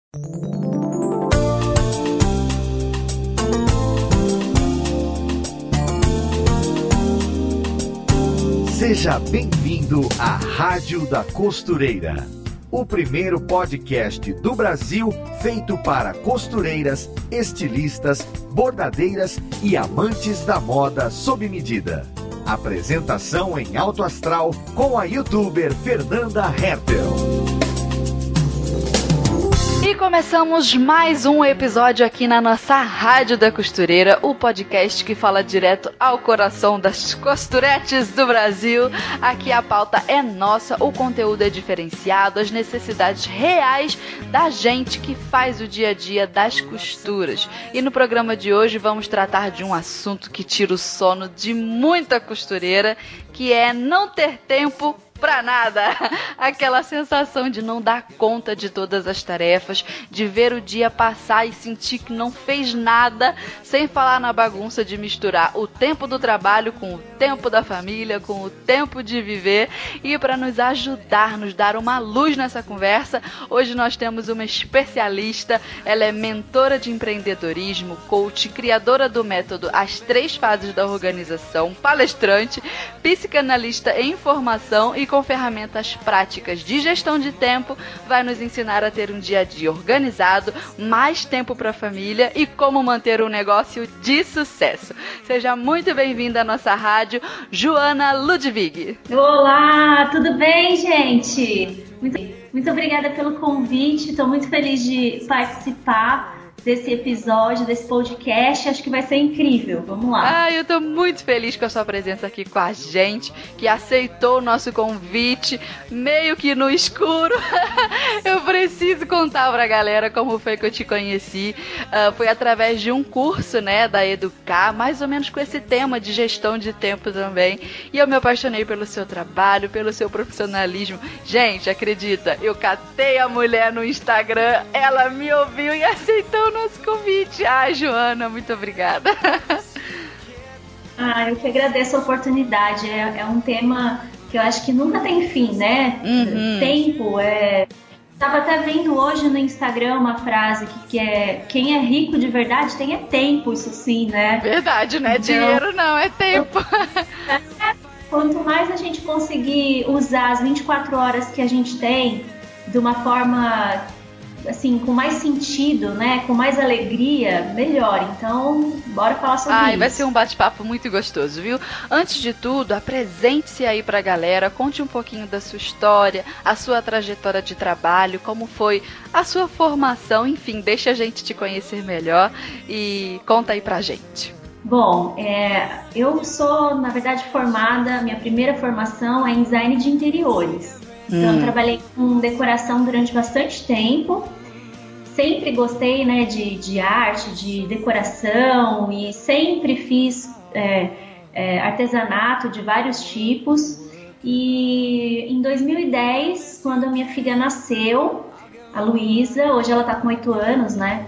Seja bem-vindo à Rádio da Costureira, o primeiro podcast do Brasil feito para costureiras, estilistas, bordadeiras e amantes da moda sob medida. Apresentação em alto astral com a youtuber Fernanda Hertel. E começamos mais um episódio aqui na nossa Rádio da Costureira, o podcast que fala direto ao coração das costuretes do Brasil. Aqui a pauta é nossa, o conteúdo é diferenciado, as necessidades reais da gente que faz o dia a dia das costuras. E no programa de hoje vamos tratar de um assunto que tira o sono de muita costureira, que é não ter tempo pra nada, aquela sensação de não dar conta de todas as tarefas, de ver o dia passar e sentir que não fez nada, sem falar na bagunça de misturar o tempo do trabalho com o tempo da família, com o tempo de viver. E para nos ajudar, nos dar uma luz nessa conversa, hoje nós temos uma especialista. Ela é mentora de empreendedorismo, coach, criadora do método As 3 Fases da Organização, palestrante, psicanalista em formação e com ferramentas práticas de gestão de tempo, vai nos ensinar a ter um dia a dia organizado, mais tempo para a família e como manter um negócio de sucesso. Seja muito bem-vinda à nossa rádio, Joana Ludwig. Olá, tudo bem, gente? Muito obrigada pelo convite, estou muito feliz de participar desse episódio, desse podcast. Acho que vai ser incrível. Vamos lá. Eu tô muito feliz com a sua presença aqui com a gente, que aceitou o nosso convite, meio que no escuro. Eu preciso contar pra galera como foi que eu te conheci. Foi através de um curso, né, da Educar, mais ou menos com esse tema de gestão de tempo também. E eu me apaixonei pelo seu trabalho, pelo seu profissionalismo. Gente, acredita, eu catei a mulher no Instagram, ela me ouviu e aceitou o nosso convite. Joana, muito obrigada. Eu que agradeço a oportunidade. É um tema que eu acho que nunca tem fim, né? Tempo. Estava até vendo hoje no Instagram uma frase que é: quem é rico de verdade tem tempo, isso sim, né? Verdade, não é dinheiro não, é tempo. Quanto mais a gente conseguir usar as 24 horas que a gente tem de uma forma, assim, com mais sentido, né? Com mais alegria, melhor. Então, bora falar sobre isso. Vai ser um bate-papo muito gostoso, viu? Antes de tudo, apresente-se aí pra galera, conte um pouquinho da sua história, a sua trajetória de trabalho, como foi a sua formação, enfim, deixa a gente te conhecer melhor e conta aí pra gente. Bom, eu sou, na verdade, formada, minha primeira formação é em design de interiores. Então, eu trabalhei com decoração durante bastante tempo. Sempre gostei, né, de arte, de decoração e sempre fiz artesanato de vários tipos. E em 2010, quando a minha filha nasceu, a Luísa, hoje ela tá com 8 anos, né?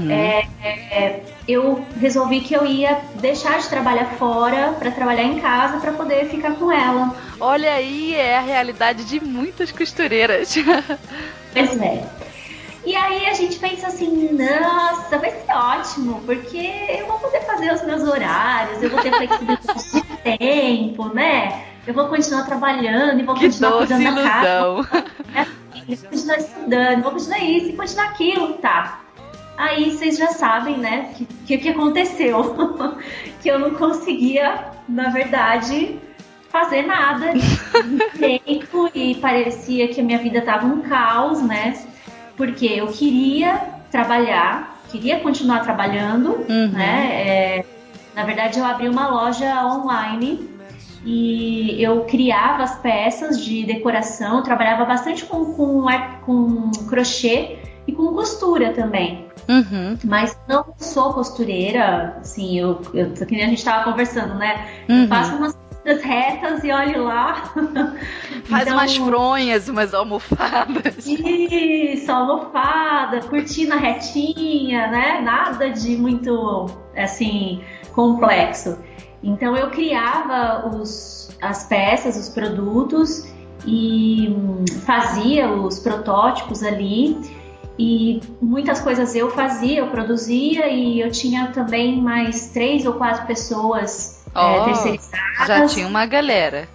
Eu resolvi que eu ia deixar de trabalhar fora para trabalhar em casa para poder ficar com ela. Olha aí, é a realidade de muitas costureiras. Pois é. E aí a gente pensa assim, nossa, vai ser ótimo, porque eu vou poder fazer os meus horários, eu vou ter flexibilidade de tempo, né? Eu vou continuar trabalhando e vou continuar cuidando da casa. Vou continuar estudando, vou continuar isso e continuar aquilo, tá? Aí vocês já sabem, né, que aconteceu. Que eu não conseguia, na verdade, fazer nada de tempo e parecia que a minha vida tava um caos, né? Porque eu queria trabalhar, queria continuar trabalhando, né? Na verdade, eu abri uma loja online e eu criava as peças de decoração, eu trabalhava bastante com crochê e com costura também. Mas não sou costureira, assim, que nem a gente estava conversando, né? Eu faço umas costuras retas e olho lá. Faz então, umas fronhas, umas almofadas. Isso, almofada, cortina retinha, né? Nada de muito, assim, complexo. Então eu criava as peças, os produtos e fazia os protótipos ali. E muitas coisas eu fazia, eu produzia, e eu tinha também mais 3 ou 4 pessoas terceirizadas. Já tinha uma galera.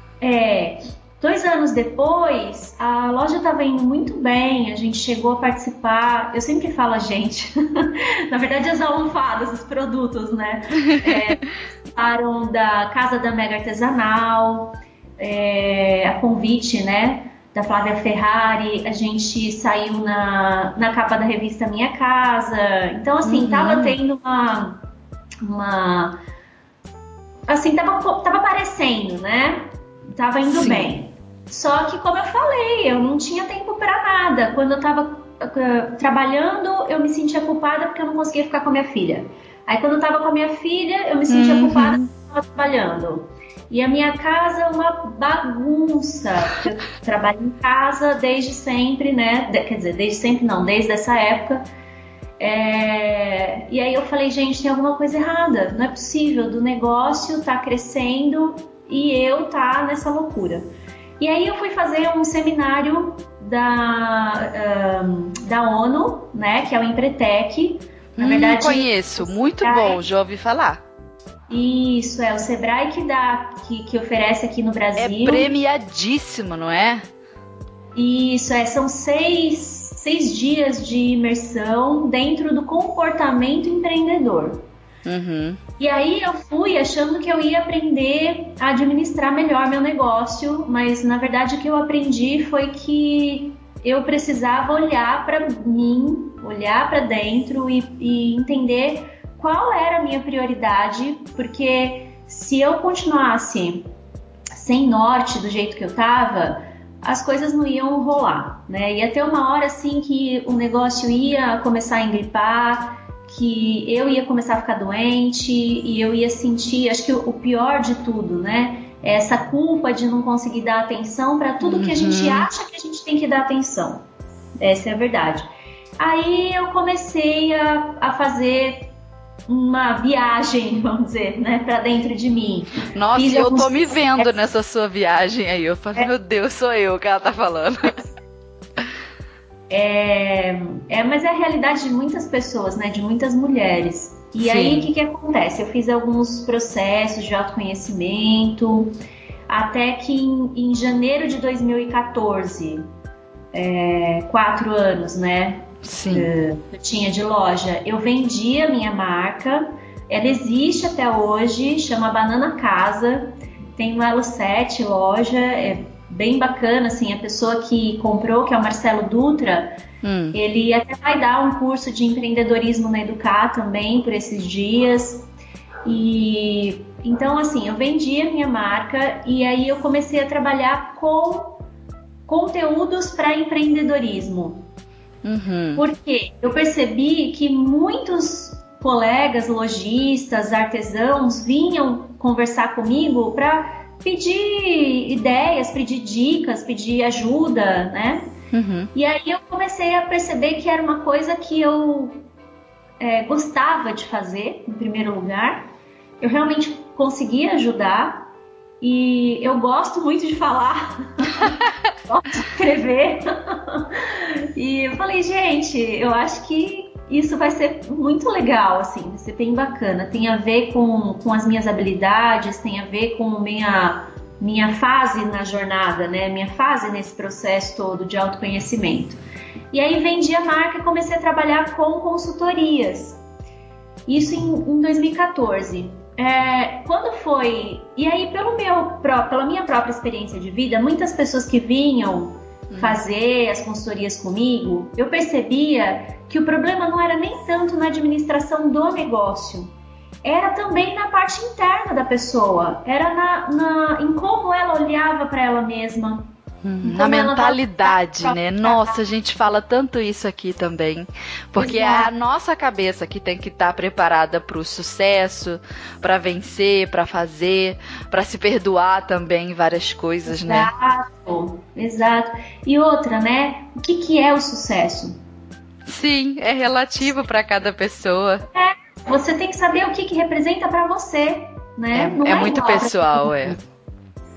2 anos depois, a loja estava indo muito bem, a gente chegou a participar, eu sempre falo a gente, na verdade as almofadas, os produtos, né? Participaram da Casa da Mega Artesanal, a convite, né, da Flávia Ferrari, a gente saiu na capa da revista Minha Casa, então assim, tava tendo assim, tava aparecendo, né? Tava indo bem. Só que, como eu falei, eu não tinha tempo para nada. Quando eu tava trabalhando, eu me sentia culpada porque eu não conseguia ficar com a minha filha. Aí, quando eu tava com a minha filha, eu me sentia culpada porque eu tava trabalhando. E a minha casa é uma bagunça. Eu trabalho em casa desde sempre, né? Quer dizer, desde sempre não, desde essa época. E aí eu falei, gente, tem alguma coisa errada. Não é possível, do negócio tá crescendo e eu tá nessa loucura. E aí eu fui fazer um seminário da ONU, né, que é o Empretec. Na verdade, conheço, muito bom, já ouvi falar. Isso, é o Sebrae que oferece aqui no Brasil. É premiadíssimo, não é? Isso, são 6 dias de imersão dentro do comportamento empreendedor. E aí eu fui achando que eu ia aprender a administrar melhor meu negócio, mas na verdade o que eu aprendi foi que eu precisava olhar para mim, olhar para dentro e entender qual era a minha prioridade, porque se eu continuasse sem norte do jeito que eu estava, as coisas não iam rolar, né? Ia ter uma hora assim que o negócio ia começar a engripar, que eu ia começar a ficar doente e eu ia sentir, acho que o pior de tudo, né? É essa culpa de não conseguir dar atenção para tudo que a gente acha que a gente tem que dar atenção. Essa é a verdade. Aí eu comecei a fazer uma viagem, vamos dizer, né, para dentro de mim. Nossa, eu tô me vendo nessa sua viagem aí. Eu falei, meu Deus, sou eu que ela tá falando. Mas é a realidade de muitas pessoas, né? De muitas mulheres. E aí, o que acontece? Eu fiz alguns processos de autoconhecimento, até que em janeiro de 2014, 4 anos, né? Sim. Eu tinha de loja. Eu vendi a minha marca, ela existe até hoje, chama Banana Casa, tem no Elo 7 loja, bem bacana, assim, a pessoa que comprou, que é o Marcelo Dutra, ele até vai dar um curso de empreendedorismo na Educar também por esses dias. E então, assim, eu vendi a minha marca e aí eu comecei a trabalhar com conteúdos para empreendedorismo. Porque eu percebi que muitos colegas, lojistas, artesãos vinham conversar comigo para pedir ideias, pedir dicas, pedir ajuda, né? E aí eu comecei a perceber que era uma coisa que eu gostava de fazer, em primeiro lugar. Eu realmente conseguia ajudar e eu gosto muito de falar, gosto de escrever. E eu falei, gente, eu acho que isso vai ser muito legal, assim, vai ser bem bacana. Tem a ver com as minhas habilidades, tem a ver com minha fase na jornada, né? Minha fase nesse processo todo de autoconhecimento. E aí vendi a marca e comecei a trabalhar com consultorias. Isso em 2014. Quando foi... E aí, pela minha própria experiência de vida, muitas pessoas que vinham fazer as consultorias comigo, eu percebia que o problema não era nem tanto na administração do negócio, era também na parte interna da pessoa, era em como ela olhava para ela mesma. Na mentalidade, né? Nossa, a gente fala tanto isso aqui também. Porque é a nossa cabeça que tem que estar preparada para o sucesso, para vencer, para fazer, para se perdoar também várias coisas, né? Exato. E outra, né? O que é o sucesso? Sim, é relativo para cada pessoa. Você tem que saber o que representa para você, né? É muito pessoal,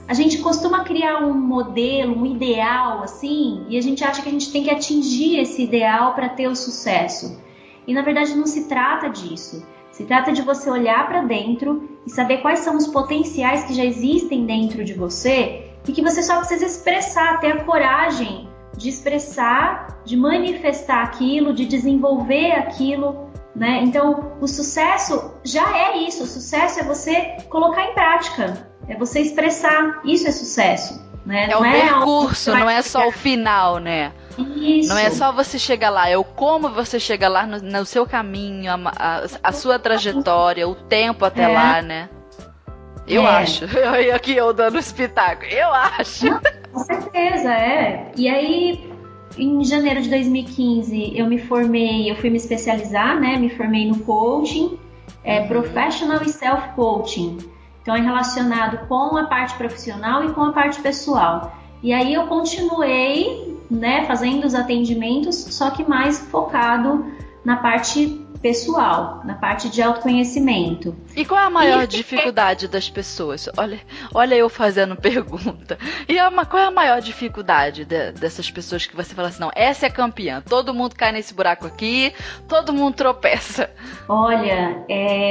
a gente costuma criar um modelo, um ideal, assim, e a gente acha que a gente tem que atingir esse ideal para ter o sucesso. E na verdade não se trata disso. Se trata de você olhar para dentro e saber quais são os potenciais que já existem dentro de você e que você só precisa expressar, ter a coragem de expressar, de manifestar aquilo, de desenvolver aquilo, né? Então, o sucesso já é isso. O sucesso é você colocar em prática, é você expressar. Isso é sucesso, né? É o percurso, não é só o final, né? Isso. Não é só você chegar lá, é o como você chega lá no seu caminho, a sua trajetória, o tempo até lá, né? Eu acho. Aqui eu dando espetáculo. Eu acho. Com certeza, E aí, em janeiro de 2015, eu me formei, eu fui me especializar, né? Me formei no coaching, Professional e Self-Coaching. Então, é relacionado com a parte profissional e com a parte pessoal. E aí, eu continuei, né, fazendo os atendimentos, só que mais focado na parte pessoal, na parte de autoconhecimento. E qual é a maior dificuldade das pessoas? Olha eu fazendo pergunta. E qual é a maior dificuldade dessas pessoas que você fala assim, não, essa é campeã, todo mundo cai nesse buraco aqui, todo mundo tropeça? Olha,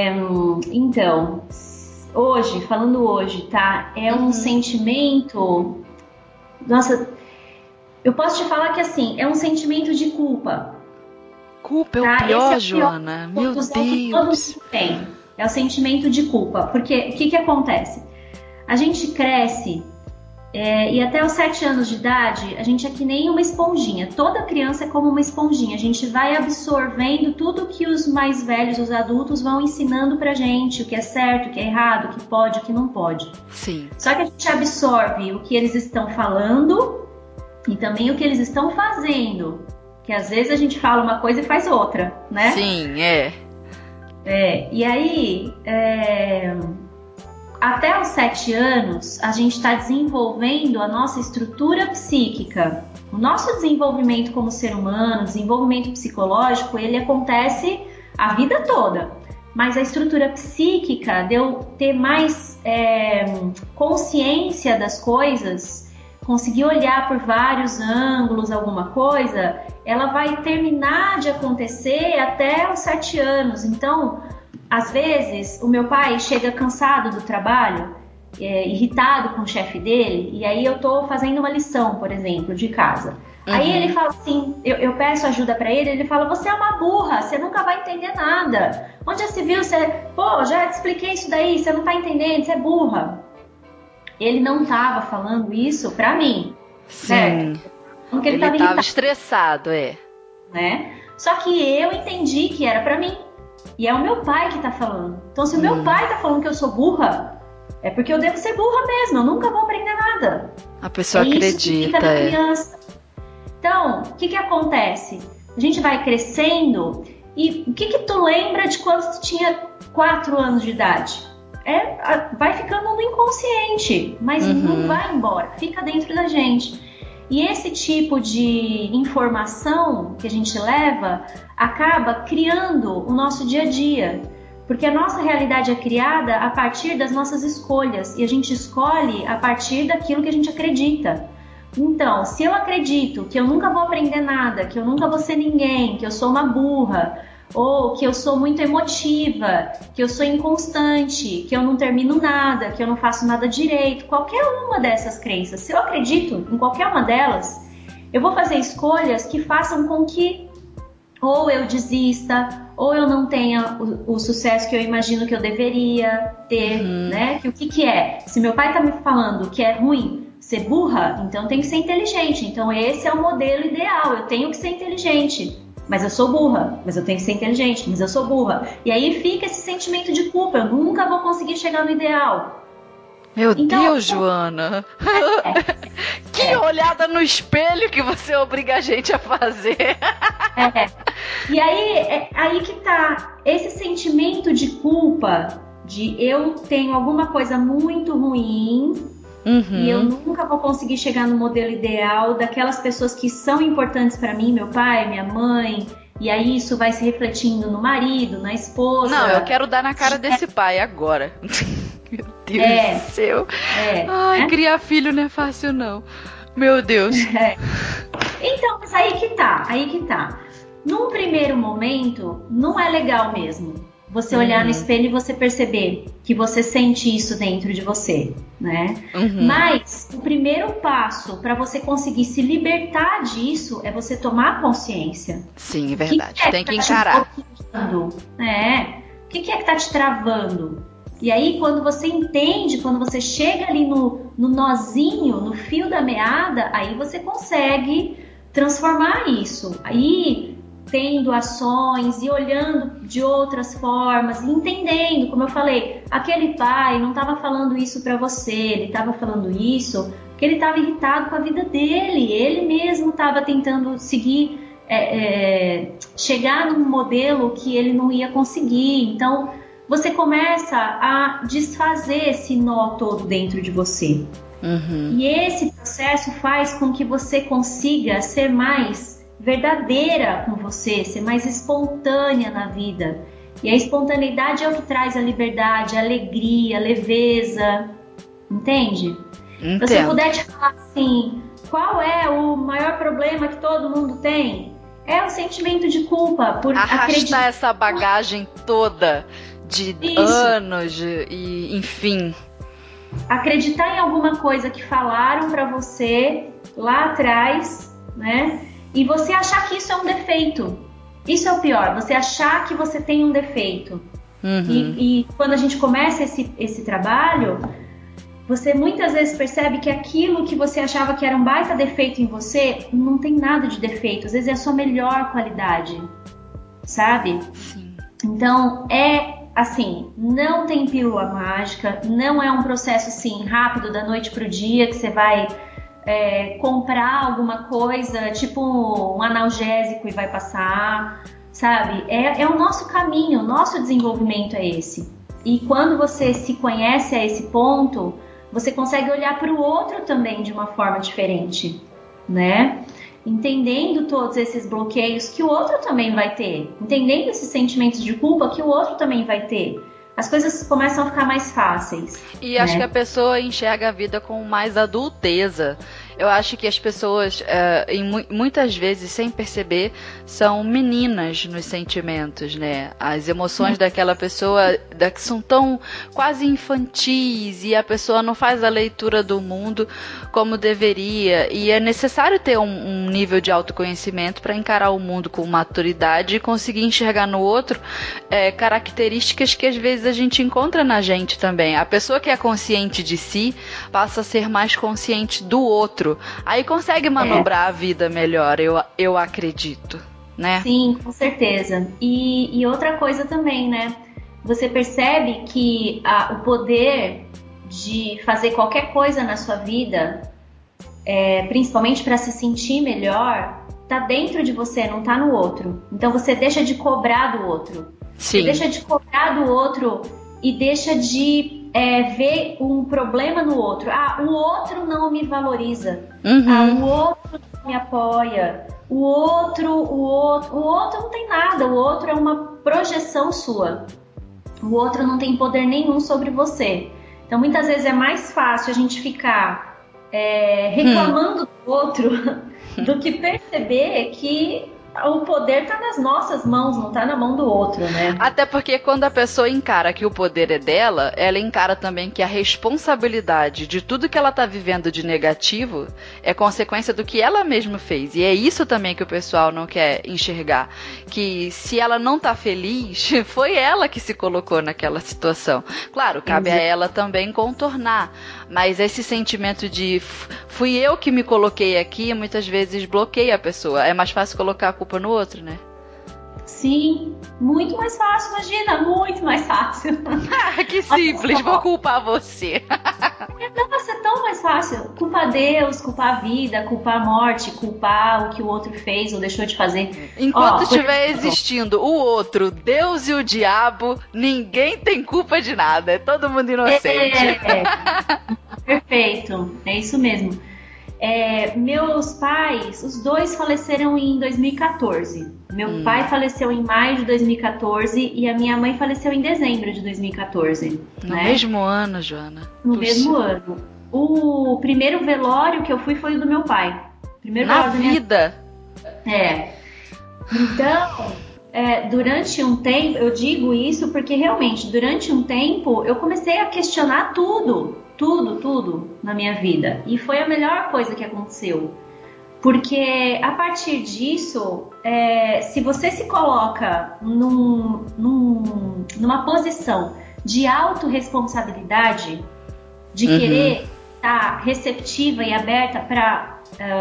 então, falando hoje, tá? É um sentimento... Nossa, eu posso te falar que assim, é um sentimento de culpa. Culpa é o pior, Joana. Meu Deus. Que todo mundo tem. É o sentimento de culpa. Porque o que acontece? A gente cresce e até os 7 anos de idade, a gente é que nem uma esponjinha. Toda criança é como uma esponjinha. A gente vai absorvendo tudo que os mais velhos, os adultos, vão ensinando pra gente. O que é certo, o que é errado, o que pode, o que não pode. Sim. Só que a gente absorve o que eles estão falando e também o que eles estão fazendo. Que às vezes a gente fala uma coisa e faz outra, né? Sim, E aí, até os 7 anos, a gente está desenvolvendo a nossa estrutura psíquica. O nosso desenvolvimento como ser humano, desenvolvimento psicológico, ele acontece a vida toda. Mas a estrutura psíquica, de eu ter mais consciência das coisas, conseguir olhar por vários ângulos alguma coisa, ela vai terminar de acontecer até os 7 anos. Então, às vezes, o meu pai chega cansado do trabalho, irritado com o chefe dele, e aí eu tô fazendo uma lição, por exemplo, de casa. Uhum. Aí ele fala assim, eu peço ajuda pra ele fala, você é uma burra, você nunca vai entender nada. Onde já se viu, já te expliquei isso daí, você não tá entendendo, você é burra. Ele não tava falando isso pra mim, certo? Porque ele tava estressado, né? Só que eu entendi que era pra mim. E é o meu pai que tá falando. Então, se o meu pai tá falando que eu sou burra, é porque eu devo ser burra mesmo. Eu nunca vou aprender nada. A pessoa acredita. Isso que fica na criança. Então, o que acontece? A gente vai crescendo e o que tu lembra de quando tu tinha 4 anos de idade? Vai ficando no inconsciente, mas não vai embora, fica dentro da gente. E esse tipo de informação que a gente leva acaba criando o nosso dia a dia, porque a nossa realidade é criada a partir das nossas escolhas e a gente escolhe a partir daquilo que a gente acredita. Então, se eu acredito que eu nunca vou aprender nada, que eu nunca vou ser ninguém, que eu sou uma burra, ou que eu sou muito emotiva, que eu sou inconstante, que eu não termino nada, que eu não faço nada direito, qualquer uma dessas crenças, se eu acredito em qualquer uma delas, eu vou fazer escolhas que façam com que ou eu desista, ou eu não tenha o sucesso que eu imagino que eu deveria ter, né? Que o que é? Se meu pai tá me falando que é ruim ser burra, então eu tenho que ser inteligente. Então esse é o modelo ideal, eu tenho que ser inteligente. Mas eu sou burra, mas eu tenho que ser inteligente, mas eu sou burra. E aí fica esse sentimento de culpa, eu nunca vou conseguir chegar no ideal. Meu Deus, Joana! Que olhada no espelho que você obriga a gente a fazer! E aí que tá, esse sentimento de culpa, de eu tenho alguma coisa muito ruim, e eu nunca vou conseguir chegar no modelo ideal daquelas pessoas que são importantes pra mim, meu pai, minha mãe, e aí isso vai se refletindo no marido, na esposa. Não, eu quero dar na cara desse pai agora. Meu Deus do céu. Ai, criar filho não é fácil, não. Meu Deus. Então, mas aí que tá. Num primeiro momento, não é legal mesmo você olhar no espelho e você perceber que você sente isso dentro de você, né? Mas o primeiro passo para você conseguir se libertar disso é você tomar consciência. Sim, é verdade. Tem que encarar. O que é que tá te travando? E aí, quando você entende, quando você chega ali no nozinho, no fio da meada, aí você consegue transformar isso. Aí, tendo ações e olhando de outras formas, entendendo, como eu falei, aquele pai não estava falando isso para você, ele estava falando isso porque ele estava irritado com a vida dele, ele mesmo estava tentando seguir, chegar num modelo que ele não ia conseguir. Então, você começa a desfazer esse nó todo dentro de você. E esse processo faz com que você consiga ser mais verdadeira com você, ser mais espontânea na vida. E a espontaneidade é o que traz a liberdade, a alegria, a leveza. Entende? Entendo. Se eu puder te falar assim, qual é o maior problema que todo mundo tem? É o sentimento de culpa por arrastar essa bagagem toda de anos e enfim. Acreditar em alguma coisa que falaram pra você lá atrás, né? E você achar que isso é um defeito. Isso é o pior, você achar que você tem um defeito. E quando a gente começa esse trabalho, você muitas vezes percebe que aquilo que você achava que era um baita defeito em você, não tem nada de defeito. Às vezes é a sua melhor qualidade, sabe? Sim. Então, assim, não tem pílula mágica, não é um processo assim rápido da noite pro dia que você vai comprar alguma coisa, tipo um analgésico e vai passar, sabe? É o nosso caminho, o nosso desenvolvimento é esse. E quando você se conhece a esse ponto, você consegue olhar para o outro também de uma forma diferente, né? Entendendo todos esses bloqueios que o outro também vai ter, entendendo esses sentimentos de culpa que o outro também vai ter. As coisas começam a ficar mais fáceis. E acho que a pessoa enxerga a vida com mais adulteza. Eu acho que as pessoas, muitas vezes, sem perceber, são meninas nos sentimentos, né? As emoções daquela pessoa são tão quase infantis e a pessoa não faz a leitura do mundo como deveria. E é necessário ter um nível de autoconhecimento para encarar o mundo com maturidade e conseguir enxergar no outro características que às vezes a gente encontra na gente também. A pessoa que é consciente de si passa a ser mais consciente do outro. Aí consegue manobrar a vida melhor, eu acredito, né? Sim, com certeza. E outra coisa também, né? Você percebe que o poder de fazer qualquer coisa na sua vida, principalmente para se sentir melhor, tá dentro de você, não tá no outro. Então você deixa de cobrar do outro. Sim. Você deixa de cobrar do outro e deixa de ver um problema no outro. O outro não me valoriza. O outro não me apoia. O outro não tem nada. O outro é uma projeção sua. O outro não tem poder nenhum sobre você. Então, muitas vezes é mais fácil a gente ficar reclamando do outro do que perceber que o poder tá nas nossas mãos, não tá na mão do outro, né? Até porque quando a pessoa encara que o poder é dela, ela encara também que a responsabilidade de tudo que ela tá vivendo de negativo é consequência do que ela mesma fez. E é isso também que o pessoal não quer enxergar. Que se ela não tá feliz, foi ela que se colocou naquela situação. Claro, cabe a ela também contornar. Mas esse sentimento de fui eu que me coloquei aqui, muitas vezes bloqueia a pessoa. É mais fácil colocar a culpa no outro, né? Sim, muito mais fácil, imagina, muito mais fácil. Que simples, vou culpar você. Nossa, é tão mais fácil. Culpar Deus, culpar a vida, culpar a morte, culpar o que o outro fez ou deixou de fazer. Enquanto estiver existindo o outro, Deus e o diabo, ninguém tem culpa de nada. É todo mundo inocente. Perfeito, é isso mesmo. Meus pais, os dois faleceram em 2014. Meu pai faleceu em maio de 2014 e a minha mãe faleceu em dezembro de 2014. No mesmo ano, Joana? No mesmo ano. O primeiro velório que eu fui foi o do meu pai. Na vida? Então, durante um tempo, eu digo isso porque realmente, durante um tempo, eu comecei a questionar tudo na minha vida. E foi a melhor coisa que aconteceu. Porque a partir disso, se você se coloca numa posição de autorresponsabilidade, de querer estar receptiva e aberta para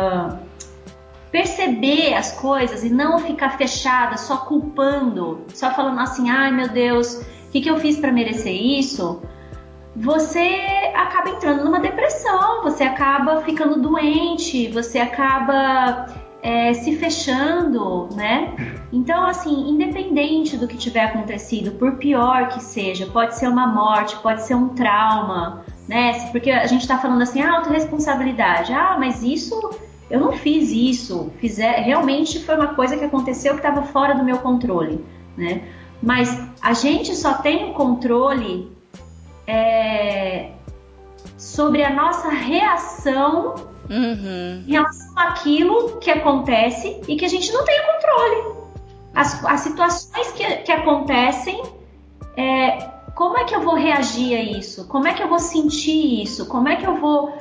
perceber as coisas e não ficar fechada, só culpando, só falando assim, ai meu Deus, o que eu fiz para merecer isso? Você acaba entrando numa depressão, você acaba ficando doente, você acaba se fechando, né? Então, assim, independente do que tiver acontecido, por pior que seja, pode ser uma morte, pode ser um trauma, né? Porque a gente tá falando assim, autorresponsabilidade. Mas isso, eu não fiz isso. Realmente foi uma coisa que aconteceu que estava fora do meu controle, né? Mas a gente só tem o controle sobre a nossa reação em relação àquilo que acontece e que a gente não tem o controle. As situações que acontecem, como é que eu vou reagir a isso? Como é que eu vou sentir isso? Como é que eu vou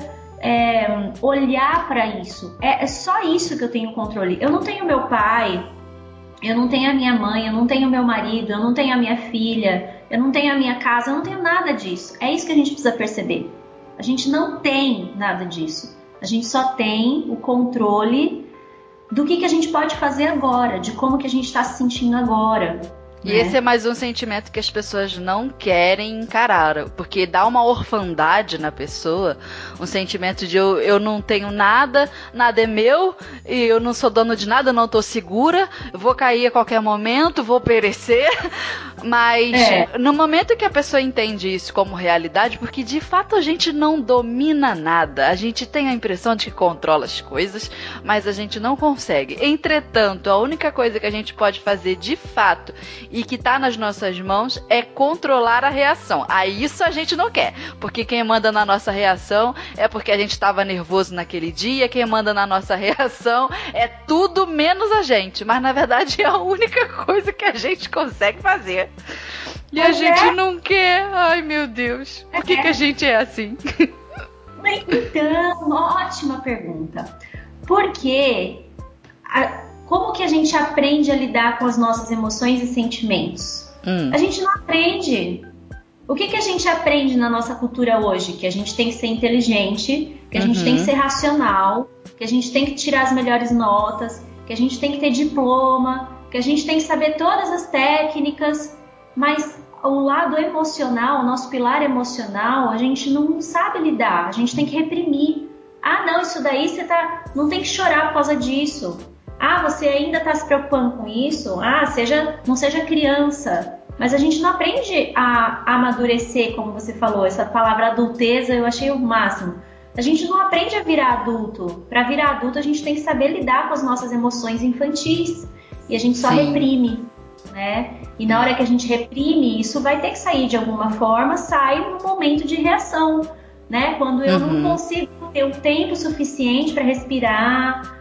olhar para isso? É só isso que eu tenho controle. Eu não tenho meu pai, eu não tenho a minha mãe, eu não tenho meu marido, eu não tenho a minha filha, eu não tenho a minha casa, eu não tenho nada disso. É isso que a gente precisa perceber. A gente não tem nada disso. A gente só tem o controle do que a gente pode fazer agora, de como que a gente está se sentindo agora. E esse é mais um sentimento que as pessoas não querem encarar, porque dá uma orfandade na pessoa, um sentimento de eu não tenho nada, nada é meu, e eu não sou dono de nada, eu não estou segura, eu vou cair a qualquer momento, vou perecer. Mas no momento que a pessoa entende isso como realidade, porque de fato a gente não domina nada, a gente tem a impressão de que controla as coisas, mas a gente não consegue. Entretanto, a única coisa que a gente pode fazer de fato e que tá nas nossas mãos é controlar a reação. Aí isso a gente não quer, porque quem manda na nossa reação é porque a gente estava nervoso naquele dia, quem manda na nossa reação é tudo menos a gente, mas na verdade é a única coisa que a gente consegue fazer. E a gente não quer. Ai, meu Deus. Por que a gente é assim? Então, ótima pergunta. Porque como que a gente aprende a lidar com as nossas emoções e sentimentos? A gente não aprende. O que a gente aprende na nossa cultura hoje? Que a gente tem que ser inteligente, que a gente tem que ser racional, que a gente tem que tirar as melhores notas, que a gente tem que ter diploma, que a gente tem que saber todas as técnicas, mas o lado emocional, o nosso pilar emocional, a gente não sabe lidar, a gente tem que reprimir. Não, isso daí você não tem que chorar por causa disso. Você ainda está se preocupando com isso? Não seja criança. Mas a gente não aprende a amadurecer, como você falou, essa palavra adulteza eu achei o máximo. A gente não aprende a virar adulto. Para virar adulto a gente tem que saber lidar com as nossas emoções infantis. E a gente só reprime, né? E na hora que a gente reprime, isso vai ter que sair de alguma forma, sai no momento de reação, né? Quando eu não consigo ter o tempo suficiente para respirar,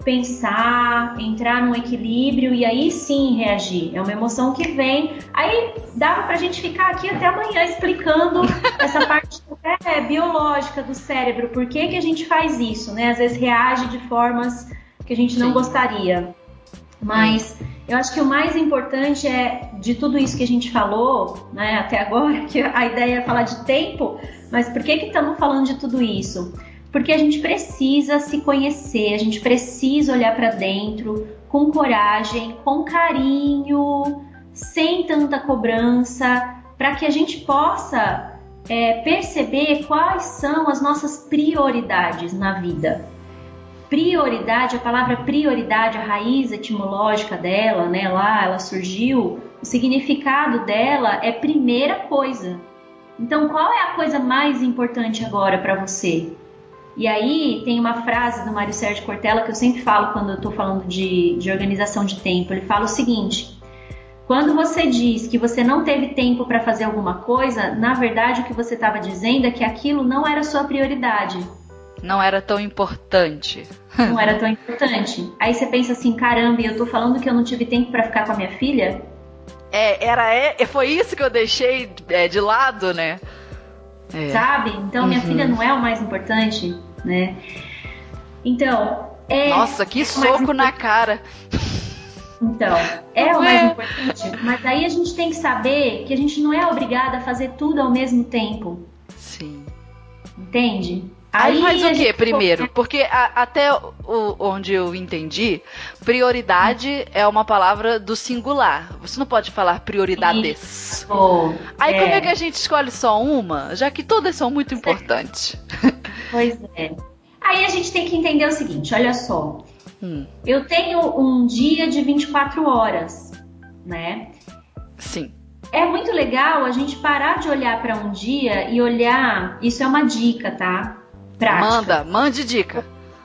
pensar, entrar num equilíbrio e aí sim reagir. É uma emoção que vem. Aí dava pra gente ficar aqui até amanhã explicando essa parte biológica do cérebro, por que a gente faz isso, né? Às vezes reage de formas que a gente não gostaria. Mas eu acho que o mais importante de tudo isso que a gente falou, né, até agora, que a ideia é falar de tempo, mas por que estamos falando de tudo isso? Porque a gente precisa se conhecer, a gente precisa olhar para dentro com coragem, com carinho, sem tanta cobrança, para que a gente possa perceber quais são as nossas prioridades na vida. Prioridade, a palavra prioridade, a raiz etimológica dela, né, lá ela surgiu, o significado dela é primeira coisa. Então, qual é a coisa mais importante agora para você? E aí tem uma frase do Mário Sérgio Cortella que eu sempre falo quando eu estou falando de organização de tempo. Ele fala o seguinte: quando você diz que você não teve tempo para fazer alguma coisa, na verdade o que você estava dizendo é que aquilo não era sua prioridade. Não era tão importante. Não era tão importante. Aí você pensa assim, caramba, eu tô falando que eu não tive tempo para ficar com a minha filha? Foi isso que eu deixei de lado, né? Sabe? Então minha filha não é o mais importante, né? Então, Nossa, que soco na cara. Então, é o mais importante. Mas aí a gente tem que saber que a gente não é obrigada a fazer tudo ao mesmo tempo. Sim. Entende? Aí faz o que primeiro? Porque até onde eu entendi, prioridade é uma palavra do singular. Você não pode falar prioridades. Aí como é que a gente escolhe só uma? Já que todas são muito importantes. Pois é. Aí a gente tem que entender o seguinte, olha só. Eu tenho um dia de 24 horas, né? Sim. É muito legal a gente parar de olhar para um dia e olhar... Isso é uma dica, tá? Prática. Mande dica.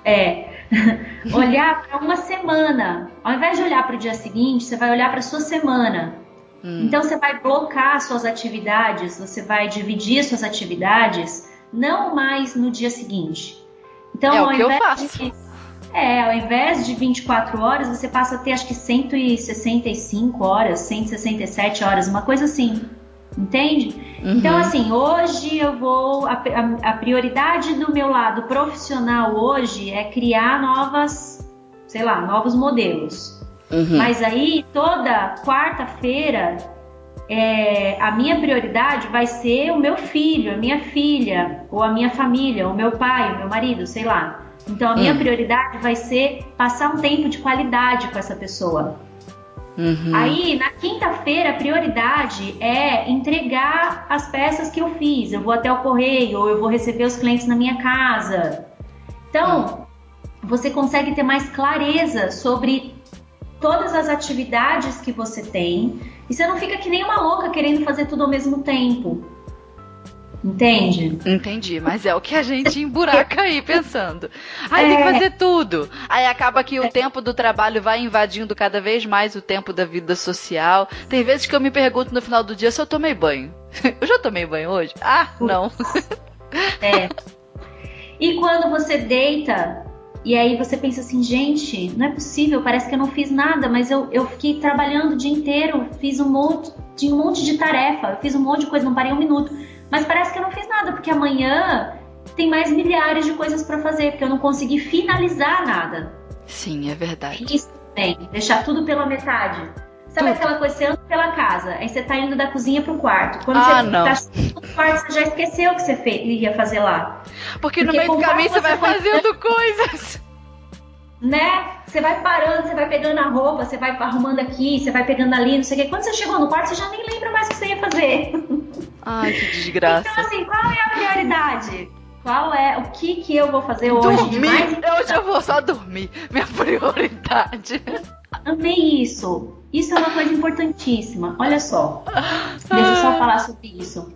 Olhar para uma semana. Ao invés de olhar para o dia seguinte, você vai olhar para sua semana. Então você vai blocar suas atividades, você vai dividir suas atividades, não mais no dia seguinte. Então, o que eu faço. Ao invés de 24 horas, você passa a ter acho que 165 horas, 167 horas, uma coisa assim. Entende? Então, assim, hoje eu vou... A prioridade do meu lado profissional hoje é criar novos modelos. Mas aí, toda quarta-feira, a minha prioridade vai ser o meu filho, a minha filha, ou a minha família, o meu pai, o meu marido, sei lá. Então, a minha prioridade vai ser passar um tempo de qualidade com essa pessoa. Aí, na quinta-feira, a prioridade é entregar as peças que eu fiz. Eu vou até o correio, ou eu vou receber os clientes na minha casa. Então, você consegue ter mais clareza sobre todas as atividades que você tem. E você não fica que nem uma louca querendo fazer tudo ao mesmo tempo. Entende? Entendi, mas é o que a gente emburaca aí pensando. Tem que fazer tudo. Aí acaba que o tempo do trabalho vai invadindo cada vez mais o tempo da vida social. Tem vezes que eu me pergunto no final do dia se eu tomei banho. Eu já tomei banho hoje? Não. E quando você deita, e aí você pensa assim, gente, não é possível, parece que eu não fiz nada, mas eu fiquei trabalhando o dia inteiro, fiz um monte de tarefa, eu fiz um monte de coisa, não parei um minuto. Mas parece que eu não fiz nada, porque amanhã tem mais milhares de coisas para fazer, porque eu não consegui finalizar nada. Sim, é verdade. Isso também, deixar tudo pela metade. Sabe aquela coisa, você anda pela casa, aí você tá indo da cozinha pro quarto. Quando você tá no quarto, você já esqueceu o que você ia fazer lá. Porque no meio do caminho você vai fazendo coisas. Né? Você vai parando, você vai pegando a roupa, você vai arrumando aqui, você vai pegando ali, não sei o quê. Quando você chegou no quarto, você já nem lembra mais o que você ia fazer. Ai, que desgraça. Então, assim, qual é a prioridade? O que eu vou fazer hoje? Dormir. Hoje eu vou só dormir. Minha prioridade. Amei isso. Isso é uma coisa importantíssima. Olha só. Deixa eu só falar sobre isso.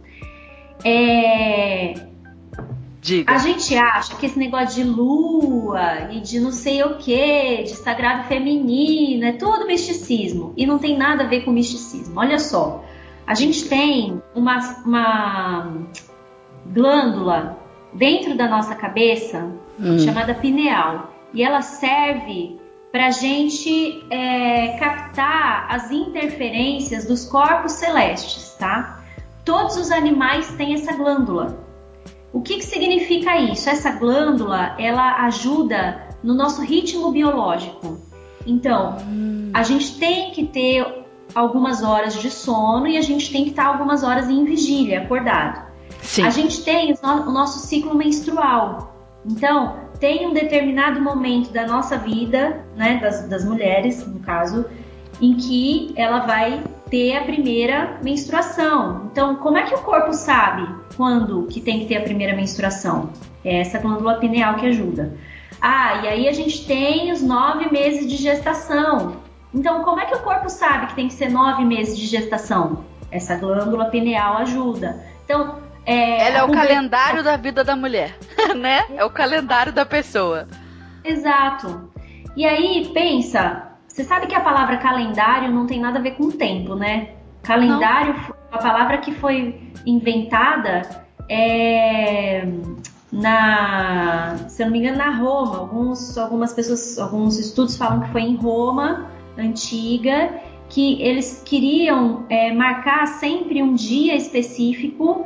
Diga. A gente acha que esse negócio de lua e de não sei o que, de sagrado feminino, é tudo misticismo. E não tem nada a ver com misticismo. Olha só. A gente tem uma glândula dentro da nossa cabeça chamada pineal. E ela serve para a gente captar as interferências dos corpos celestes, tá? Todos os animais têm essa glândula. O que significa isso? Essa glândula, ela ajuda no nosso ritmo biológico. Então, a gente tem que ter algumas horas de sono e a gente tem que estar algumas horas em vigília, acordado. Sim. A gente tem o nosso ciclo menstrual. Então, tem um determinado momento da nossa vida, né, das mulheres, no caso, em que ela vai ter a primeira menstruação. Então, como é que o corpo sabe quando que tem que ter a primeira menstruação? É essa glândula pineal que ajuda. E aí a gente tem os 9 meses de gestação. Então, como é que o corpo sabe que tem que ser 9 meses de gestação? Essa glândula pineal ajuda. Então, ela é o calendário da vida da mulher. né? É o calendário da pessoa. Exato. E aí, pensa, você sabe que a palavra calendário não tem nada a ver com tempo, né? Calendário, a palavra que foi inventada se eu não me engano, na Roma. Algumas pessoas, alguns estudos falam que foi em Roma antiga, que eles queriam marcar sempre um dia específico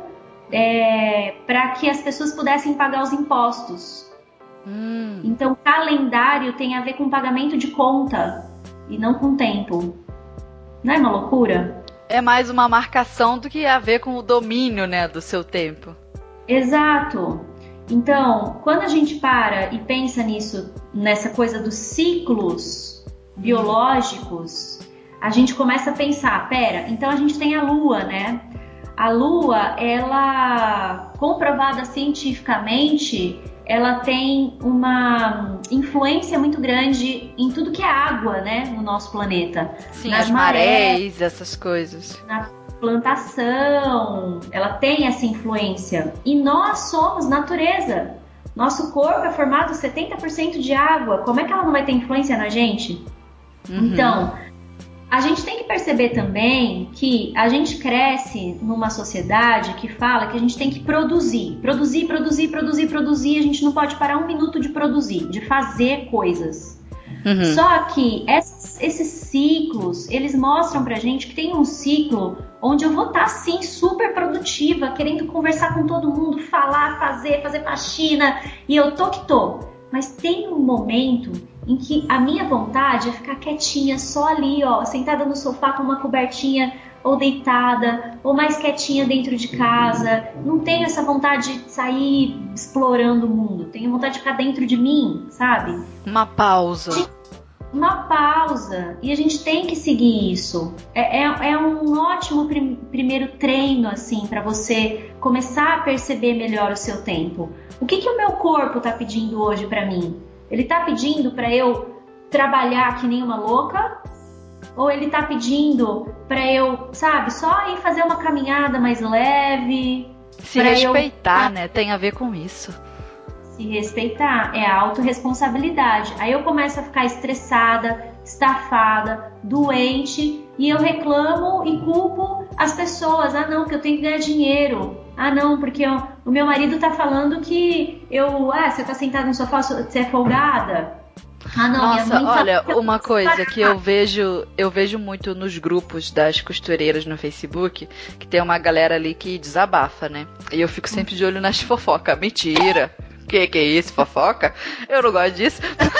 para que as pessoas pudessem pagar os impostos. Então, calendário tem a ver com pagamento de conta e não com tempo. Não é uma loucura? É mais uma marcação do que a ver com o domínio, né, do seu tempo. Exato. Então, quando a gente para e pensa nessa coisa dos ciclos biológicos, a gente começa a pensar, então a gente tem a Lua, né? A Lua, ela, comprovada cientificamente, ela tem uma influência muito grande em tudo que é água, né, no nosso planeta. Sim, nas marés, essas coisas. Na plantação, ela tem essa influência. E nós somos natureza. Nosso corpo é formado 70% de água. Como é que ela não vai ter influência na gente? Então, a gente tem que perceber também que a gente cresce numa sociedade que fala que a gente tem que produzir. A gente não pode parar um minuto de produzir, de fazer coisas. Só que esses ciclos, eles mostram pra gente que tem um ciclo onde eu vou estar, sim, super produtiva, querendo conversar com todo mundo, falar, fazer faxina, e eu tô que tô. Mas tem um momento em que a minha vontade é ficar quietinha, só ali, ó, sentada no sofá com uma cobertinha, ou deitada, ou mais quietinha dentro de casa. Não tenho essa vontade de sair explorando o mundo. Tenho vontade de ficar dentro de mim, sabe? Uma pausa. Uma pausa. E a gente tem que seguir isso. É um ótimo primeiro treino, assim, para você começar a perceber melhor o seu tempo. O que o meu corpo tá pedindo hoje para mim? Ele tá pedindo para eu trabalhar que nem uma louca? Ou ele tá pedindo pra eu, sabe, só ir fazer uma caminhada mais leve? Se respeitar, né? Tem a ver com isso. Se respeitar, é a autorresponsabilidade. Aí eu começo a ficar estressada, estafada, doente, e eu reclamo e culpo as pessoas. Ah, não, porque eu tenho que ganhar dinheiro. Ah, não, porque o meu marido tá falando que você tá sentada no sofá, você é folgada. Ah, não, nossa, olha, uma coisa que eu vejo muito nos grupos das costureiras no Facebook, que tem uma galera ali que desabafa, né? E eu fico sempre de olho nas fofocas. Mentira! Que é isso, fofoca? Eu não gosto disso.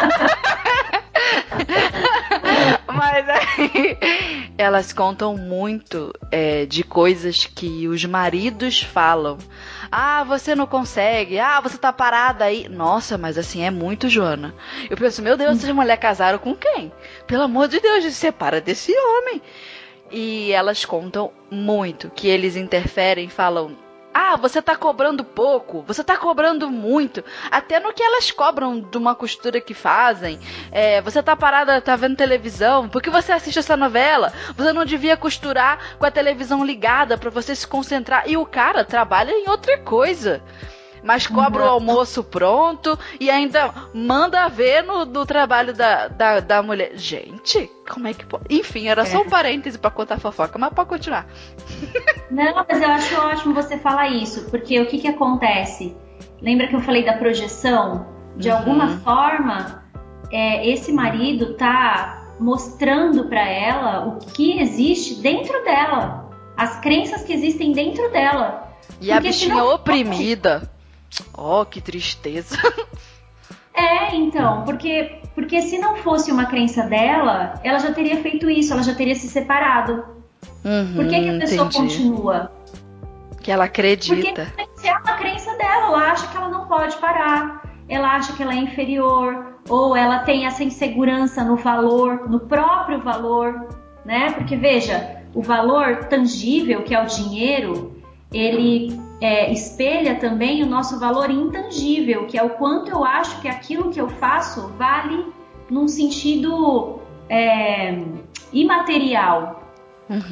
Mas aí elas contam muito de coisas que os maridos falam. Ah, você não consegue. Ah, você tá parada aí. Nossa, mas assim, é muito, Joana. Eu penso, meu Deus, essas mulheres casaram com quem? Pelo amor de Deus, se separa desse homem. E elas contam muito que eles interferem, falam... Ah, você tá cobrando pouco, você tá cobrando muito. Até no que elas cobram de uma costura que fazem. Você tá parada, tá vendo televisão, por que você assiste essa novela? Você não devia costurar com a televisão ligada pra você se concentrar. E o cara trabalha em outra coisa. Mas cobra o almoço pronto e ainda manda ver no trabalho da mulher. Gente, como é que pode? Enfim, era só um parêntese pra contar fofoca, mas pode continuar. Não, mas eu acho ótimo você falar isso, porque o que acontece? Lembra que eu falei da projeção? De alguma forma, esse marido tá mostrando pra ela o que existe dentro dela. As crenças que existem dentro dela. E a bichinha oprimida. Oh, que tristeza. Então, porque se não fosse uma crença dela, ela já teria feito isso, ela já teria se separado. Por que a pessoa continua? Que ela acredita. Porque é uma crença dela, ela acha que ela não pode parar, ela acha que ela é inferior, ou ela tem essa insegurança no valor, no próprio valor, né? Porque veja, o valor tangível, que é o dinheiro, ele espelha também o nosso valor intangível, que é o quanto eu acho que aquilo que eu faço vale num sentido imaterial.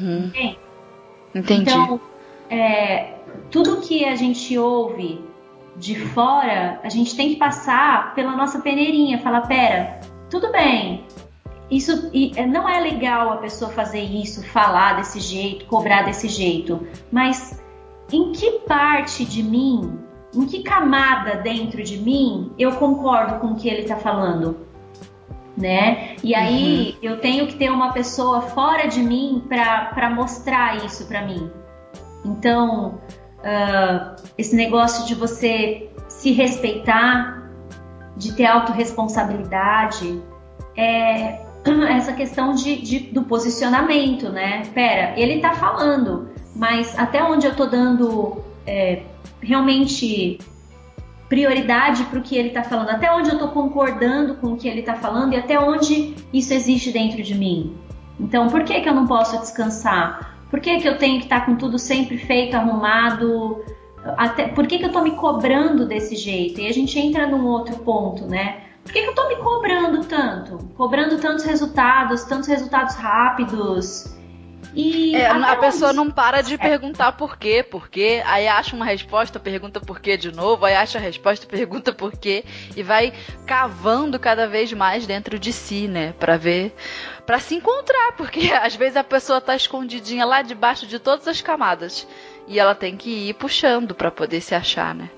Entendi. Então, tudo que a gente ouve de fora, a gente tem que passar pela nossa peneirinha, falar, pera, tudo bem, isso não é legal a pessoa fazer isso, falar desse jeito, cobrar desse jeito, mas em que parte de mim, em que camada dentro de mim eu concordo com o que ele está falando, né? E aí eu tenho que ter uma pessoa fora de mim para mostrar isso para mim. Então, esse negócio de você se respeitar, de ter autorresponsabilidade, é essa questão do posicionamento, né? Pera, ele tá falando, mas até onde eu tô dando realmente prioridade pro que ele tá falando? Até onde eu tô concordando com o que ele tá falando e até onde isso existe dentro de mim? Então, por que eu não posso descansar? Por que eu tenho que estar com tudo sempre feito, arrumado? Por que eu tô me cobrando desse jeito? E a gente entra num outro ponto, né? Por que eu tô me cobrando tanto? Cobrando tantos resultados rápidos? E a pessoa não para de perguntar por quê, aí acha uma resposta, pergunta por quê de novo, aí acha a resposta, pergunta por quê, e vai cavando cada vez mais dentro de si, né, pra se encontrar, porque às vezes a pessoa tá escondidinha lá debaixo de todas as camadas, e ela tem que ir puxando pra poder se achar, né.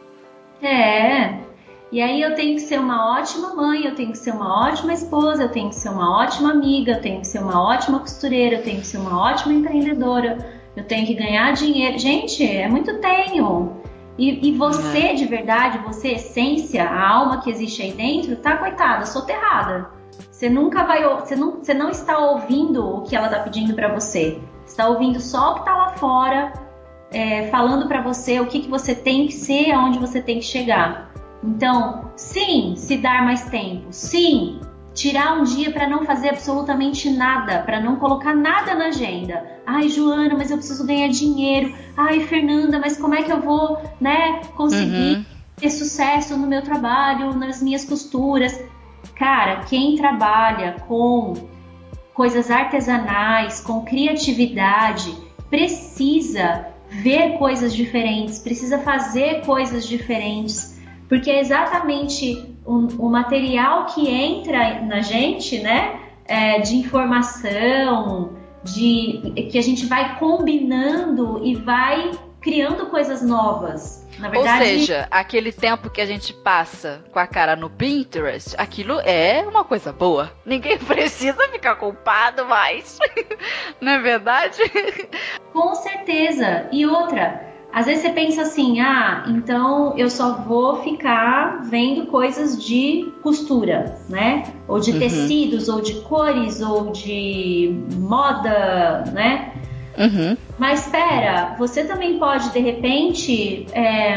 E aí eu tenho que ser uma ótima mãe, eu tenho que ser uma ótima esposa, eu tenho que ser uma ótima amiga, eu tenho que ser uma ótima costureira, eu tenho que ser uma ótima empreendedora, eu tenho que ganhar dinheiro. Gente, é muito tenho. E você, de verdade, você, essência, a alma que existe aí dentro, tá, coitada, soterrada. Você nunca vai, você não está ouvindo o que ela tá pedindo pra você. Você está ouvindo só o que tá lá fora, falando pra você o que você tem que ser, aonde você tem que chegar. Então, sim, se dar mais tempo. Sim, tirar um dia para não fazer absolutamente nada, para não colocar nada na agenda. Ai, Joana, mas eu preciso ganhar dinheiro. Ai, Fernanda, mas como é que eu vou, né, conseguir ter sucesso no meu trabalho, nas minhas costuras? Cara, quem trabalha com coisas artesanais, com criatividade, precisa ver coisas diferentes, precisa fazer coisas diferentes. Porque é exatamente o material que entra na gente, né, de informação, que a gente vai combinando e vai criando coisas novas. Na verdade, ou seja, aquele tempo que a gente passa com a cara no Pinterest, aquilo é uma coisa boa. Ninguém precisa ficar culpado mais. Não é verdade? Com certeza. E outra... Às vezes você pensa assim, então eu só vou ficar vendo coisas de costura, né? Ou de tecidos, ou de cores, ou de moda, né? Mas espera, você também pode, de repente,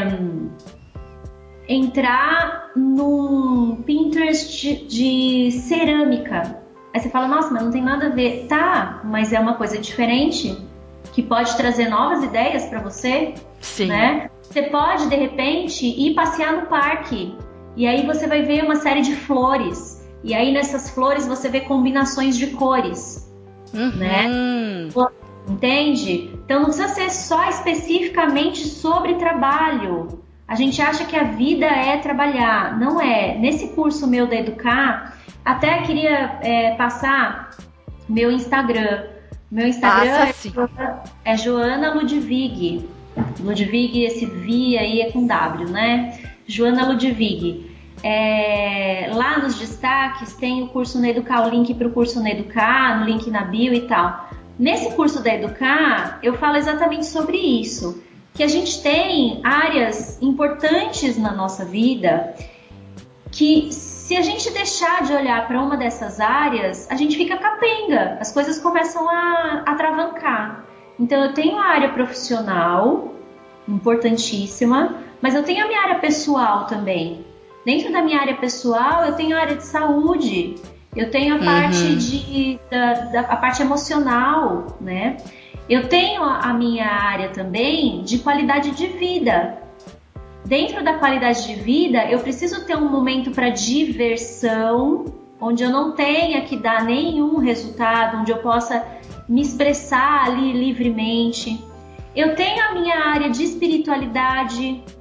entrar num Pinterest de cerâmica. Aí você fala, nossa, mas não tem nada a ver. Tá, mas é uma coisa diferente, que pode trazer novas ideias para você. Sim. Né? Você pode, de repente, ir passear no parque. E aí você vai ver uma série de flores. E aí nessas flores você vê combinações de cores. Né? Entende? Então não precisa ser só especificamente sobre trabalho. A gente acha que a vida é trabalhar. Não é. Nesse curso meu da Educar, até queria passar meu Instagram. Meu Instagram é Joana Ludwig. Ludwig, esse Vi aí é com W, né? Joana Ludwig. Lá nos destaques tem o curso na Educar, o link para o curso na Educar, no link na bio e tal. Nesse curso da Educar, eu falo exatamente sobre isso. Que a gente tem áreas importantes na nossa vida que, se a gente deixar de olhar para uma dessas áreas, a gente fica capenga, as coisas começam a travancar. Então eu tenho a área profissional, importantíssima, mas eu tenho a minha área pessoal também. Dentro da minha área pessoal, eu tenho a área de saúde, eu tenho a parte a parte emocional, né? Eu tenho a minha área também de qualidade de vida. Dentro da qualidade de vida, eu preciso ter um momento para diversão, onde eu não tenha que dar nenhum resultado, onde eu possa me expressar ali livremente. Eu tenho a minha área de espiritualidade,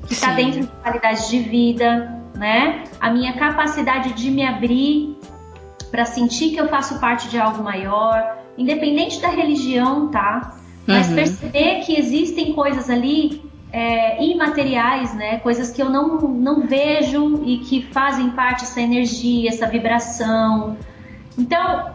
que está dentro de qualidade de vida, né? A minha capacidade de me abrir para sentir que eu faço parte de algo maior, independente da religião, tá? Mas perceber que existem coisas ali imateriais, né? Coisas que eu não vejo e que fazem parte dessa energia, essa vibração. Então,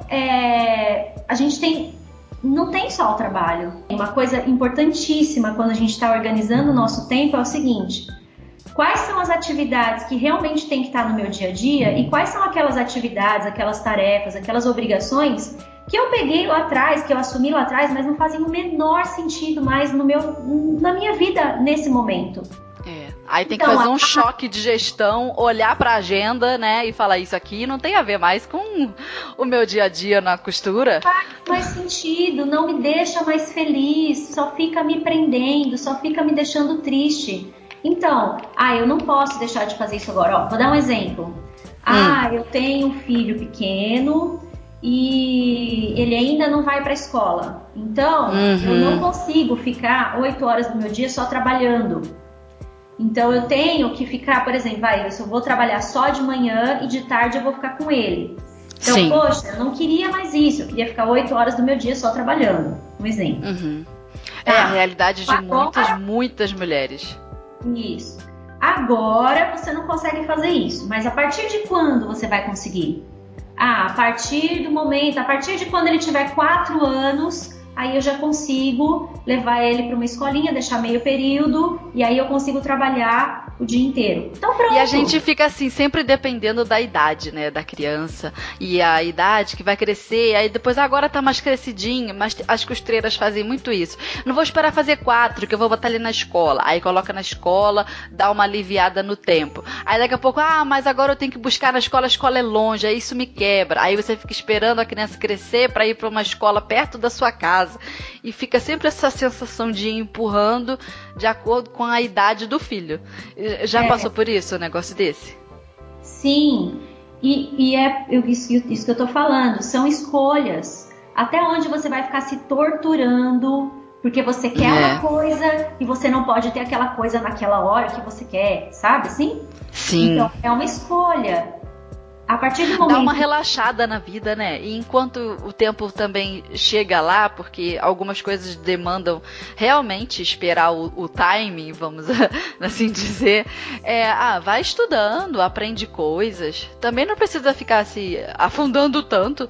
a gente não tem só o trabalho. Uma coisa importantíssima quando a gente está organizando o nosso tempo é o seguinte: quais são as atividades que realmente tem que estar no meu dia a dia e quais são aquelas atividades, aquelas tarefas, aquelas obrigações que eu peguei lá atrás, que eu assumi lá atrás, mas não fazem o menor sentido mais na minha vida nesse momento. Aí tem que fazer um choque de gestão, olhar para a agenda, né, e falar: isso aqui não tem a ver mais com o meu dia a dia na costura. Faz mais sentido, não me deixa mais feliz, só fica me prendendo, só fica me deixando triste. Então, eu não posso deixar de fazer isso agora. Vou dar um exemplo. Eu tenho um filho pequeno e ele ainda não vai para a escola. Então, eu não consigo ficar 8 horas do meu dia só trabalhando. Então, eu tenho que ficar, por exemplo, eu vou trabalhar só de manhã e de tarde eu vou ficar com ele. Então, poxa, eu não queria mais isso. Eu queria ficar 8 horas do meu dia só trabalhando. Um exemplo. A realidade de muitas mulheres. Isso. Agora você não consegue fazer isso. Mas a partir de quando você vai conseguir? A partir do momento, a partir de quando ele tiver 4 anos, aí eu já consigo levar ele para uma escolinha, deixar meio período, e aí eu consigo trabalhar o dia inteiro. Então pronto. E a gente fica assim, sempre dependendo da idade, né, da criança. E a idade que vai crescer, aí depois agora tá mais crescidinho, mas as costureiras fazem muito isso. Não vou esperar fazer 4, que eu vou botar ele na escola. Aí coloca na escola, dá uma aliviada no tempo. Aí daqui a pouco, mas agora eu tenho que buscar na escola, a escola é longe, aí isso me quebra. Aí você fica esperando a criança crescer para ir para uma escola perto da sua casa. E fica sempre essa sensação de ir empurrando de acordo com a idade do filho. Já passou por isso, um negócio desse? Sim, e é isso que eu tô falando, são escolhas. Até onde você vai ficar se torturando porque você quer uma coisa e você não pode ter aquela coisa naquela hora que você quer, sabe assim? Sim. Então é uma escolha. A partir do momento... Dá uma relaxada na vida, né? E enquanto o tempo também chega lá, porque algumas coisas demandam realmente esperar o timing, vamos assim dizer, vai estudando, aprende coisas. Também não precisa ficar se afundando tanto.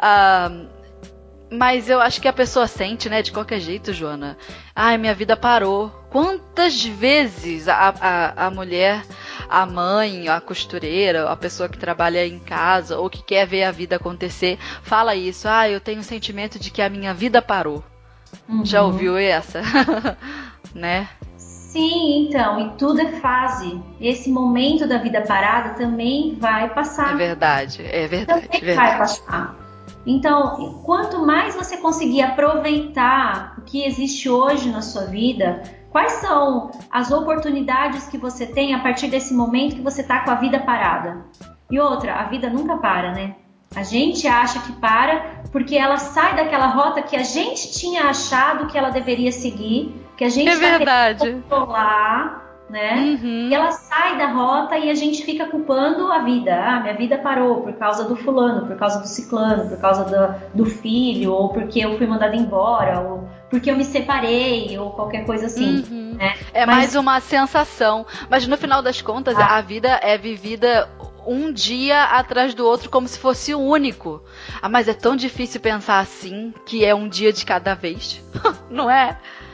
Mas eu acho que a pessoa sente, né, de qualquer jeito, Joana. Minha vida parou. Quantas vezes a mulher, a mãe, a costureira, a pessoa que trabalha em casa ou que quer ver a vida acontecer, fala isso: eu tenho o sentimento de que a minha vida parou. Já ouviu essa? Né? Sim, então, e tudo é fase. Esse momento da vida parada também vai passar. É verdade. Também vai passar. Então, quanto mais você conseguir aproveitar o que existe hoje na sua vida, quais são as oportunidades que você tem a partir desse momento que você está com a vida parada? E outra, a vida nunca para, né? A gente acha que para porque ela sai daquela rota que a gente tinha achado que ela deveria seguir, que a gente está querendo controlar, né? E ela sai da rota e a gente fica culpando a vida. Minha vida parou por causa do fulano, por causa do ciclano, por causa do filho, ou porque eu fui mandada embora, ou porque eu me separei, ou qualquer coisa assim. Né? Mais uma sensação. Mas no final das contas, a vida é vivida um dia atrás do outro como se fosse único. Mas é tão difícil pensar assim, que é um dia de cada vez. Não é?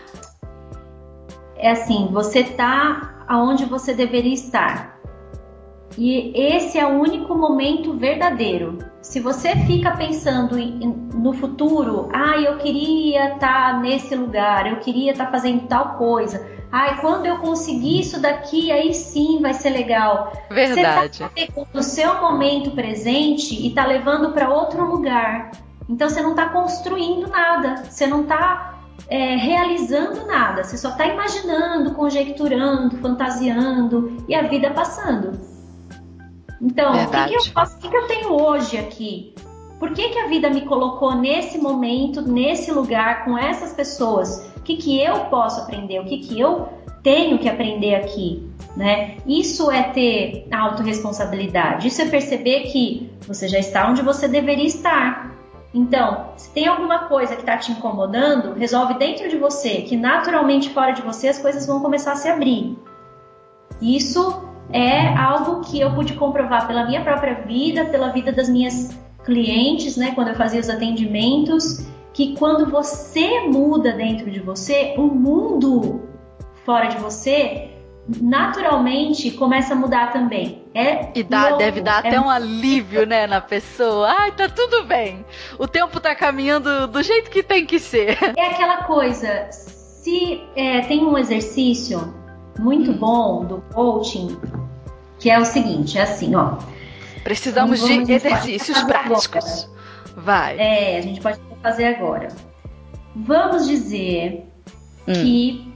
É assim, você tá aonde você deveria estar. E esse é o único momento verdadeiro. Se você fica pensando no futuro, eu queria estar nesse lugar, eu queria estar fazendo tal coisa. Quando eu conseguir isso daqui, aí sim vai ser legal. Verdade. Você tá pegando o seu momento presente e tá levando para outro lugar. Então você não tá construindo nada, você não tá realizando nada, você só está imaginando, conjecturando, fantasiando e a vida passando. Então, o que eu faço? O que eu tenho hoje aqui? Por que a vida me colocou nesse momento, nesse lugar, com essas pessoas? O que eu posso aprender? O que eu tenho que aprender aqui? né? Isso é ter autorresponsabilidade, isso é perceber que você já está onde você deveria estar. Então, se tem alguma coisa que está te incomodando, resolve dentro de você, que naturalmente fora de você as coisas vão começar a se abrir. Isso é algo que eu pude comprovar pela minha própria vida, pela vida das minhas clientes, né, quando eu fazia os atendimentos, que quando você muda dentro de você, o mundo fora de você naturalmente começa a mudar também. Deve dar até um alívio, né, na pessoa. Ai, tá tudo bem. O tempo tá caminhando do jeito que tem que ser. É aquela coisa, se tem um exercício muito bom do coaching, que é o seguinte, é assim, ó. Precisamos de exercícios práticos. Vai. A gente pode fazer agora. Vamos dizer que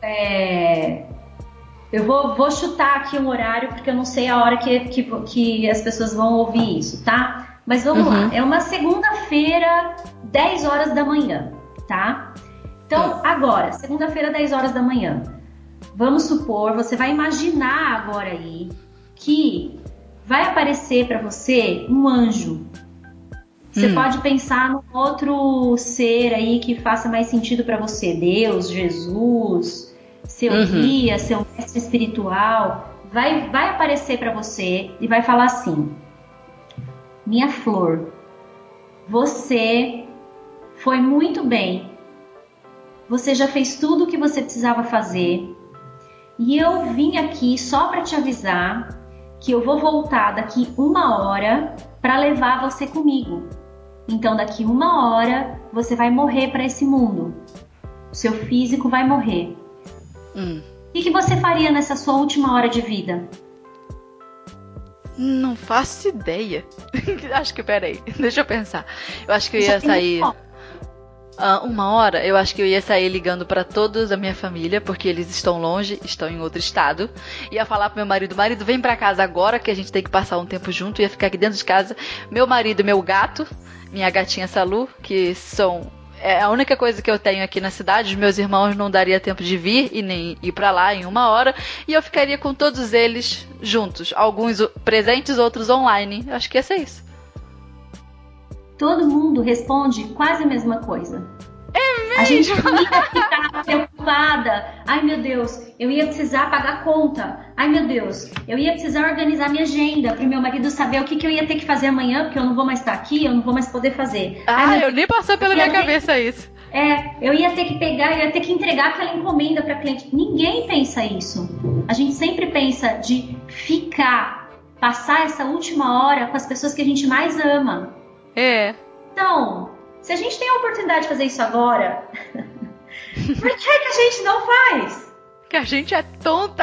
eu vou chutar aqui um horário, porque eu não sei a hora que as pessoas vão ouvir isso, tá? Mas vamos lá. É uma segunda-feira, 10 horas da manhã, tá? Então, agora, segunda-feira, 10 horas da manhã. Vamos supor, você vai imaginar agora aí que vai aparecer para você um anjo. Você pode pensar num outro ser aí que faça mais sentido para você. Deus, Jesus, seu guia, seu mestre espiritual. Vai aparecer para você e vai falar assim: minha flor, você foi muito bem. Você já fez tudo o que você precisava fazer. E eu vim aqui só para te avisar que eu vou voltar daqui 1 hora para levar você comigo. Então, daqui 1 hora, você vai morrer para esse mundo. O seu físico vai morrer. O que você faria nessa sua última hora de vida? Não faço ideia. Acho que, peraí, deixa eu pensar. Eu acho que eu ia sair... 1 hora, eu acho que eu ia sair ligando pra todos da minha família, porque eles estão longe, estão em outro estado. Ia falar pro meu marido: vem pra casa agora que a gente tem que passar um tempo junto. Ia ficar aqui dentro de casa. Meu marido, meu gato, minha gatinha Salu, que é a única coisa que eu tenho aqui na cidade. Os meus irmãos não daria tempo de vir e nem ir pra lá em 1 hora. E eu ficaria com todos eles juntos. Alguns presentes, outros online. Eu acho que ia ser isso. Todo mundo responde quase a mesma coisa. É mesmo? A gente ia ficar preocupada. Ai, meu Deus, eu ia precisar pagar conta. Ai, meu Deus, eu ia precisar organizar minha agenda para o meu marido saber o que eu ia ter que fazer amanhã, porque eu não vou mais estar aqui, eu não vou mais poder fazer. Eu nem passou pela minha cabeça isso. Eu ia ter que pegar, eu ia ter que entregar aquela encomenda para cliente. Ninguém pensa isso. A gente sempre pensa de passar essa última hora com as pessoas que a gente mais ama. Então, se a gente tem a oportunidade de fazer isso agora, por que a gente não faz? Que a gente é tonta.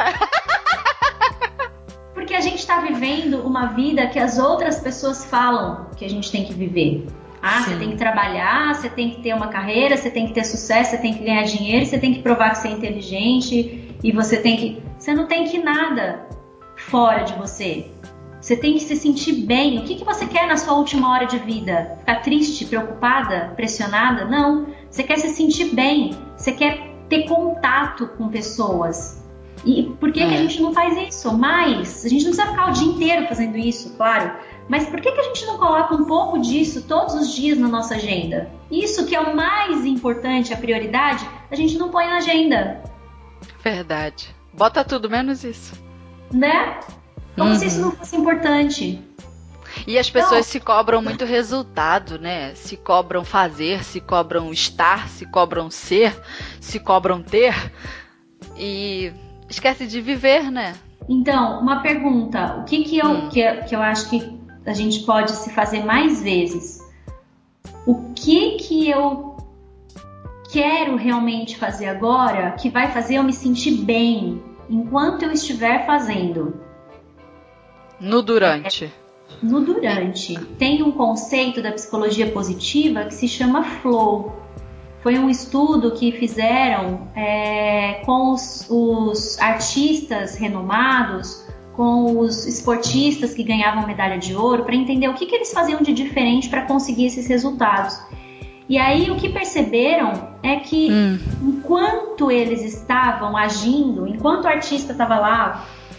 Porque a gente está vivendo uma vida que as outras pessoas falam que a gente tem que viver. Você tem que trabalhar, você tem que ter uma carreira, você tem que ter sucesso, você tem que ganhar dinheiro, você tem que provar que você é inteligente e você não tem que nada fora de você. Você tem que se sentir bem. O que você quer na sua última hora de vida? Ficar triste, preocupada, pressionada? Não. Você quer se sentir bem. Você quer ter contato com pessoas. E por que a gente não faz isso? Mas a gente não precisa ficar o dia inteiro fazendo isso, claro. Mas por que a gente não coloca um pouco disso todos os dias na nossa agenda? Isso que é o mais importante, a prioridade, a gente não põe na agenda. Verdade. Bota tudo menos isso. Né? Como se isso não fosse importante. E as pessoas se cobram muito resultado, né? Se cobram fazer, se cobram estar, se cobram ser, se cobram ter. E esquece de viver, né? Então, uma pergunta. O que eu acho que a gente pode se fazer mais vezes? O que eu quero realmente fazer agora que vai fazer eu me sentir bem enquanto eu estiver fazendo? No durante. Tem um conceito da psicologia positiva que se chama flow. Foi um estudo que fizeram com os artistas renomados, com os esportistas que ganhavam medalha de ouro, para entender o que eles faziam de diferente para conseguir esses resultados. E aí o que perceberam é que enquanto eles estavam agindo, enquanto o artista estava lá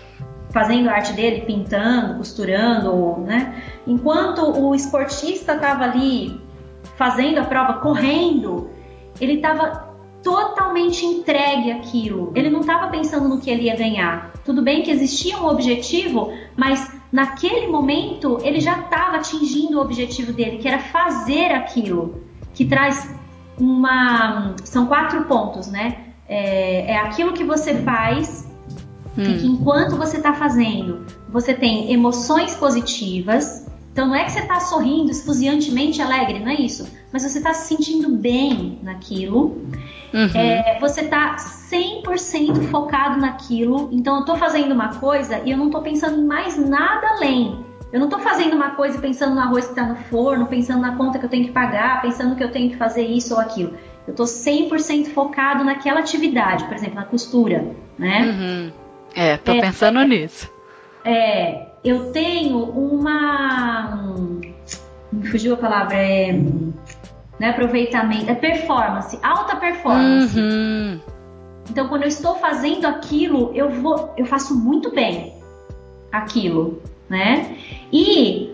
fazendo a arte dele, pintando, costurando, né? Enquanto o esportista estava ali fazendo a prova, correndo, ele estava totalmente entregue àquilo. Ele não estava pensando no que ele ia ganhar. Tudo bem que existia um objetivo, mas naquele momento ele já estava atingindo o objetivo dele, que era fazer aquilo, que traz são 4 pontos, né? É aquilo que você faz, que enquanto você está fazendo, você tem emoções positivas. Então não é que você está sorrindo, esfuziantemente alegre, não é isso. Mas você está se sentindo bem naquilo. Você está 100% focado naquilo. Então eu estou fazendo uma coisa e eu não estou pensando em mais nada além. Eu não estou fazendo uma coisa pensando no arroz que está no forno, pensando na conta que eu tenho que pagar, pensando que eu tenho que fazer isso ou aquilo. Eu estou 100% focado naquela atividade, por exemplo, na costura, né? Tô pensando nisso. Eu tenho me fugiu a palavra, não é aproveitamento, é performance, alta performance. Então, quando eu estou fazendo aquilo, eu faço muito bem aquilo, né? E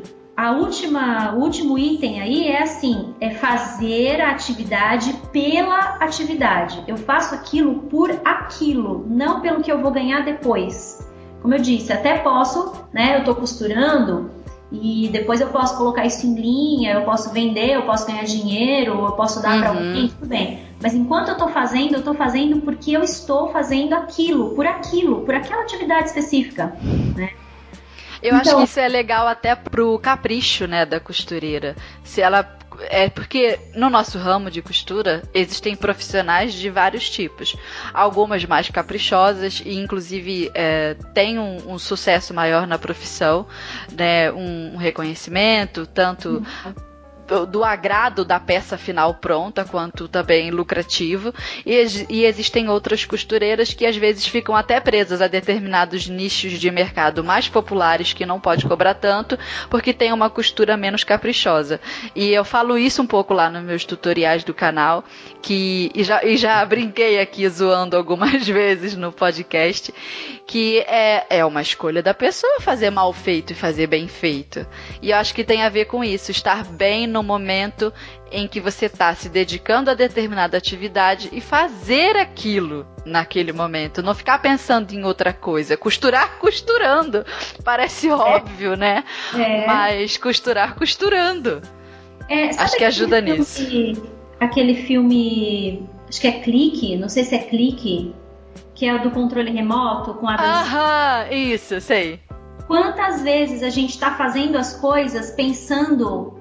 o último item aí é fazer a atividade pela atividade. Eu faço aquilo por aquilo, não pelo que eu vou ganhar depois. Como eu disse, até posso, né? Eu estou costurando e depois eu posso colocar isso em linha, eu posso vender, eu posso ganhar dinheiro, eu posso dar para alguém, tudo bem. Mas enquanto eu estou fazendo porque eu estou fazendo aquilo, por aquela atividade específica, né? Eu acho que isso é legal até pro capricho, né, da costureira. Se ela porque no nosso ramo de costura existem profissionais de vários tipos, algumas mais caprichosas e inclusive têm um sucesso maior na profissão, né, um reconhecimento tanto do agrado da peça final pronta, quanto também lucrativo, e existem outras costureiras que às vezes ficam até presas a determinados nichos de mercado mais populares que não pode cobrar tanto, porque tem uma costura menos caprichosa. E eu falo isso um pouco lá nos meus tutoriais do canal, e já brinquei aqui zoando algumas vezes no podcast, que é uma escolha da pessoa fazer mal feito e fazer bem feito. E eu acho que tem a ver com isso, estar bem no momento em que você está se dedicando a determinada atividade e fazer aquilo naquele momento, não ficar pensando em outra coisa. Costurar costurando, parece óbvio, né? Mas costurar costurando. Acho que ajuda nisso. Aquele filme, acho que é Clique, não sei se é Clique, que é o do controle remoto com a... isso, sei. Quantas vezes a gente está fazendo as coisas pensando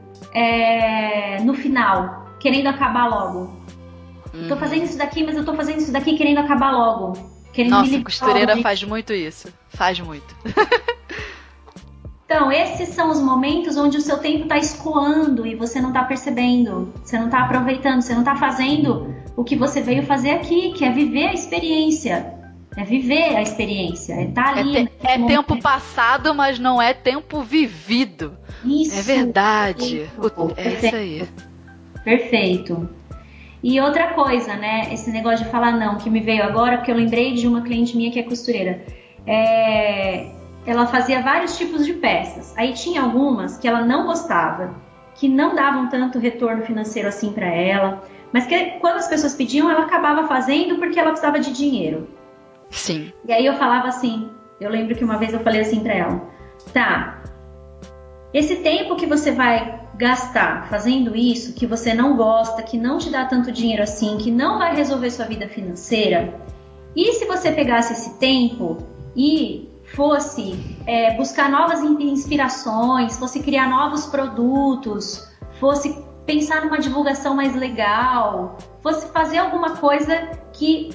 no final, querendo acabar logo. Eu tô fazendo isso daqui, mas eu tô fazendo isso daqui querendo acabar logo. Nossa, a costureira faz muito isso. Faz muito. Então, esses são os momentos onde o seu tempo tá escoando e você não tá percebendo. Você não tá aproveitando, você não tá fazendo o que você veio fazer aqui, que é viver a experiência. É viver a experiência, é estar ali. É tempo passado, mas não é tempo vivido. Isso. É verdade. Perfeito. Isso aí. Perfeito. E outra coisa, né? Esse negócio de falar não, que me veio agora, porque eu lembrei de uma cliente minha que é costureira. Ela fazia vários tipos de peças. Aí tinha algumas que ela não gostava, que não davam tanto retorno financeiro assim para ela, mas que quando as pessoas pediam, ela acabava fazendo porque ela precisava de dinheiro. Sim. E aí eu falava assim, eu lembro que uma vez eu falei assim pra ela, tá, esse tempo que você vai gastar fazendo isso, que você não gosta, que não te dá tanto dinheiro assim, que não vai resolver sua vida financeira, e se você pegasse esse tempo e fosse buscar novas inspirações, fosse criar novos produtos, fosse pensar numa divulgação mais legal, fosse fazer alguma coisa que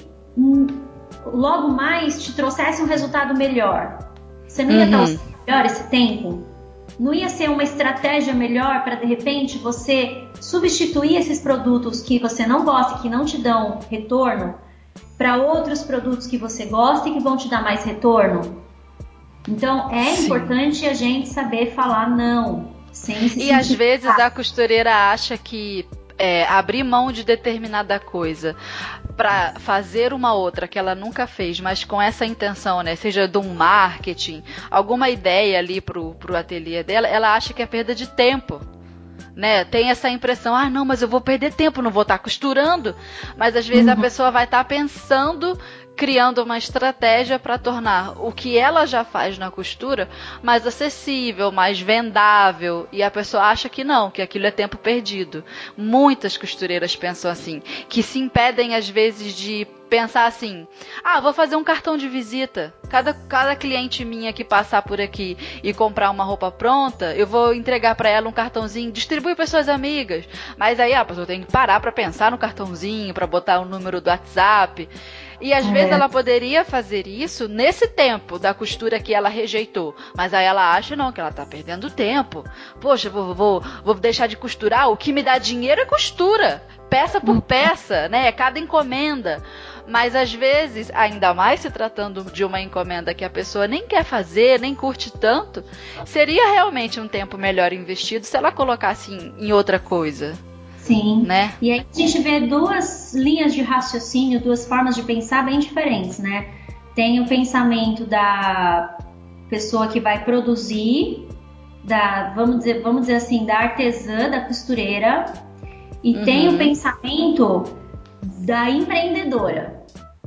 logo mais te trouxesse um resultado melhor. Você não ia estar usando melhor esse tempo? Não ia ser uma estratégia melhor para, de repente, você substituir esses produtos que você não gosta e que não te dão retorno para outros produtos que você gosta e que vão te dar mais retorno? Então, é importante a gente saber falar não. Sem se às vezes a costureira acha que abrir mão de determinada coisa para fazer uma outra que ela nunca fez, mas com essa intenção, né, seja de um marketing, alguma ideia ali pro ateliê dela, ela acha que é perda de tempo. Né? Tem essa impressão, não, mas eu vou perder tempo, não vou estar costurando. Mas às vezes a pessoa vai estar pensando, criando uma estratégia para tornar o que ela já faz na costura mais acessível, mais vendável. E a pessoa acha que não, que aquilo é tempo perdido. Muitas costureiras pensam assim, que se impedem às vezes de pensar assim, vou fazer um cartão de visita. Cada cliente minha que passar por aqui e comprar uma roupa pronta, eu vou entregar para ela um cartãozinho, distribui para suas amigas. Mas aí a pessoa tem que parar para pensar no cartãozinho, para botar o número do WhatsApp. E às vezes ela poderia fazer isso nesse tempo da costura que ela rejeitou. Mas aí ela acha não, que ela tá perdendo tempo. Poxa, vou deixar de costurar? O que me dá dinheiro é costura. Peça por peça, né? É cada encomenda. Mas às vezes, ainda mais se tratando de uma encomenda que a pessoa nem quer fazer, nem curte tanto, seria realmente um tempo melhor investido se ela colocasse em outra coisa. Sim, né? E aí a gente vê duas linhas de raciocínio, duas formas de pensar bem diferentes, né? Tem o pensamento da pessoa que vai produzir, vamos dizer assim, da artesã, da costureira, e tem o pensamento da empreendedora.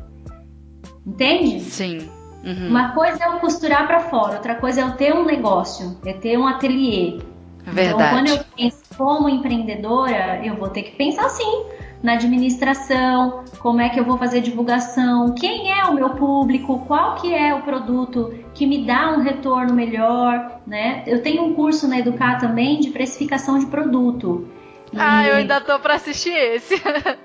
Entende? Sim. Uma coisa é eu costurar para fora, outra coisa é eu ter um negócio, é ter um ateliê. Verdade. Então, quando eu penso como empreendedora, eu vou ter que pensar assim, na administração, como é que eu vou fazer divulgação, quem é o meu público, qual que é o produto que me dá um retorno melhor, né? Eu tenho um curso na Educar também de precificação de produto. Eu ainda tô para assistir esse.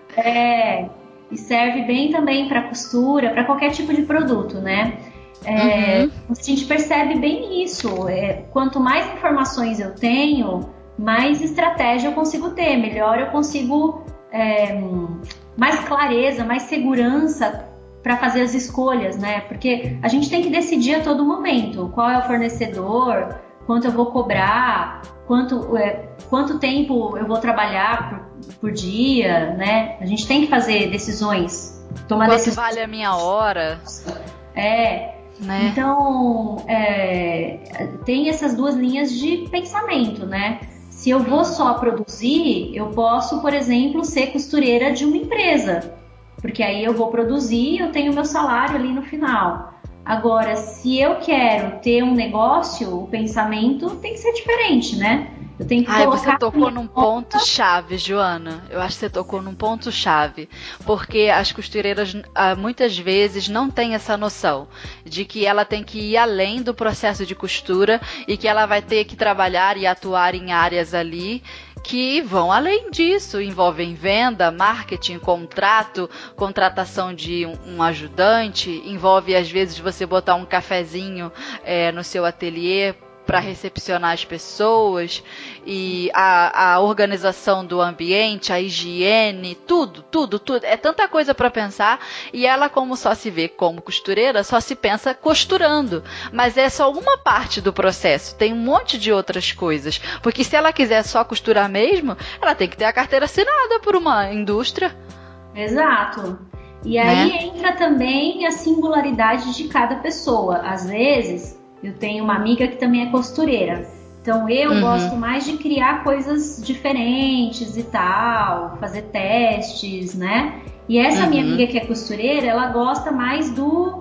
E serve bem também para costura, para qualquer tipo de produto, né? A gente percebe bem isso. Quanto mais informações eu tenho, mais estratégia eu consigo ter, melhor eu consigo mais clareza, mais segurança para fazer as escolhas, né? Porque a gente tem que decidir a todo momento qual é o fornecedor, quanto eu vou cobrar, quanto tempo eu vou trabalhar por dia, né? A gente tem que fazer decisões, tomar decisões. Quanto vale a minha hora? Né? Então, tem essas duas linhas de pensamento, né? Se eu vou só produzir, eu posso, por exemplo, ser costureira de uma empresa, porque aí eu vou produzir, eu tenho meu salário ali no final. Agora, se eu quero ter um negócio, o pensamento tem que ser diferente, né? Eu tenho que colocar... Você tocou num ponto-chave, Joana. Eu acho que você tocou num ponto-chave. Porque as costureiras, muitas vezes, não têm essa noção de que ela tem que ir além do processo de costura e que ela vai ter que trabalhar e atuar em áreas ali que vão além disso, envolvem venda, marketing, contratação de um ajudante, envolve às vezes você botar um cafezinho no seu ateliê para recepcionar as pessoas, e a organização do ambiente, a higiene, tudo. É tanta coisa para pensar, e ela, como só se vê como costureira, só se pensa costurando. Mas é só uma parte do processo, tem um monte de outras coisas. Porque se ela quiser só costurar mesmo, ela tem que ter a carteira assinada por uma indústria. Exato. E aí entra também a singularidade de cada pessoa. Às vezes... eu tenho uma amiga que também é costureira. Então eu gosto mais de criar coisas diferentes e tal, fazer testes, né? E essa minha amiga que é costureira, ela gosta mais do,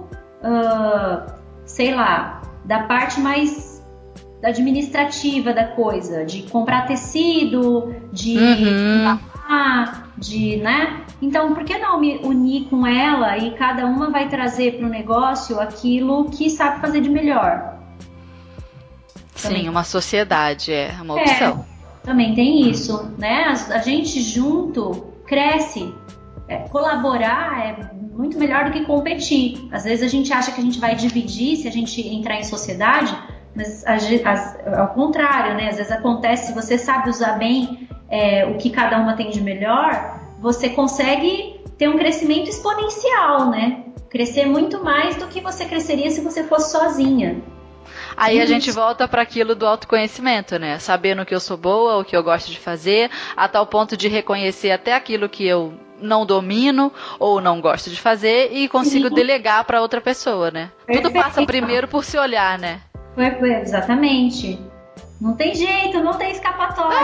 da parte mais administrativa da coisa, de comprar tecido, de lavar, né? Então, por que não me unir com ela e cada uma vai trazer para o negócio aquilo que sabe fazer de melhor? Também. Sim, uma sociedade, uma opção. Também tem isso, né? A gente junto cresce. Colaborar é muito melhor do que competir. Às vezes a gente acha que a gente vai dividir se a gente entrar em sociedade, mas ao contrário, né? Às vezes acontece, se você sabe usar bem o que cada uma tem de melhor, você consegue ter um crescimento exponencial, né? Crescer muito mais do que você cresceria se você fosse sozinha. Aí a gente volta para aquilo do autoconhecimento, né? Saber no que eu sou boa, o que eu gosto de fazer, a tal ponto de reconhecer até aquilo que eu não domino ou não gosto de fazer e consigo delegar para outra pessoa, né? Perfeito. Tudo passa primeiro por se olhar, né? Exatamente. Não tem jeito, não tem escapatória.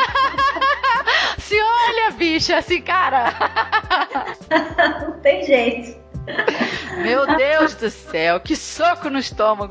Se olha, bicha, assim, cara. Não tem jeito. Meu Deus do céu, que soco no estômago.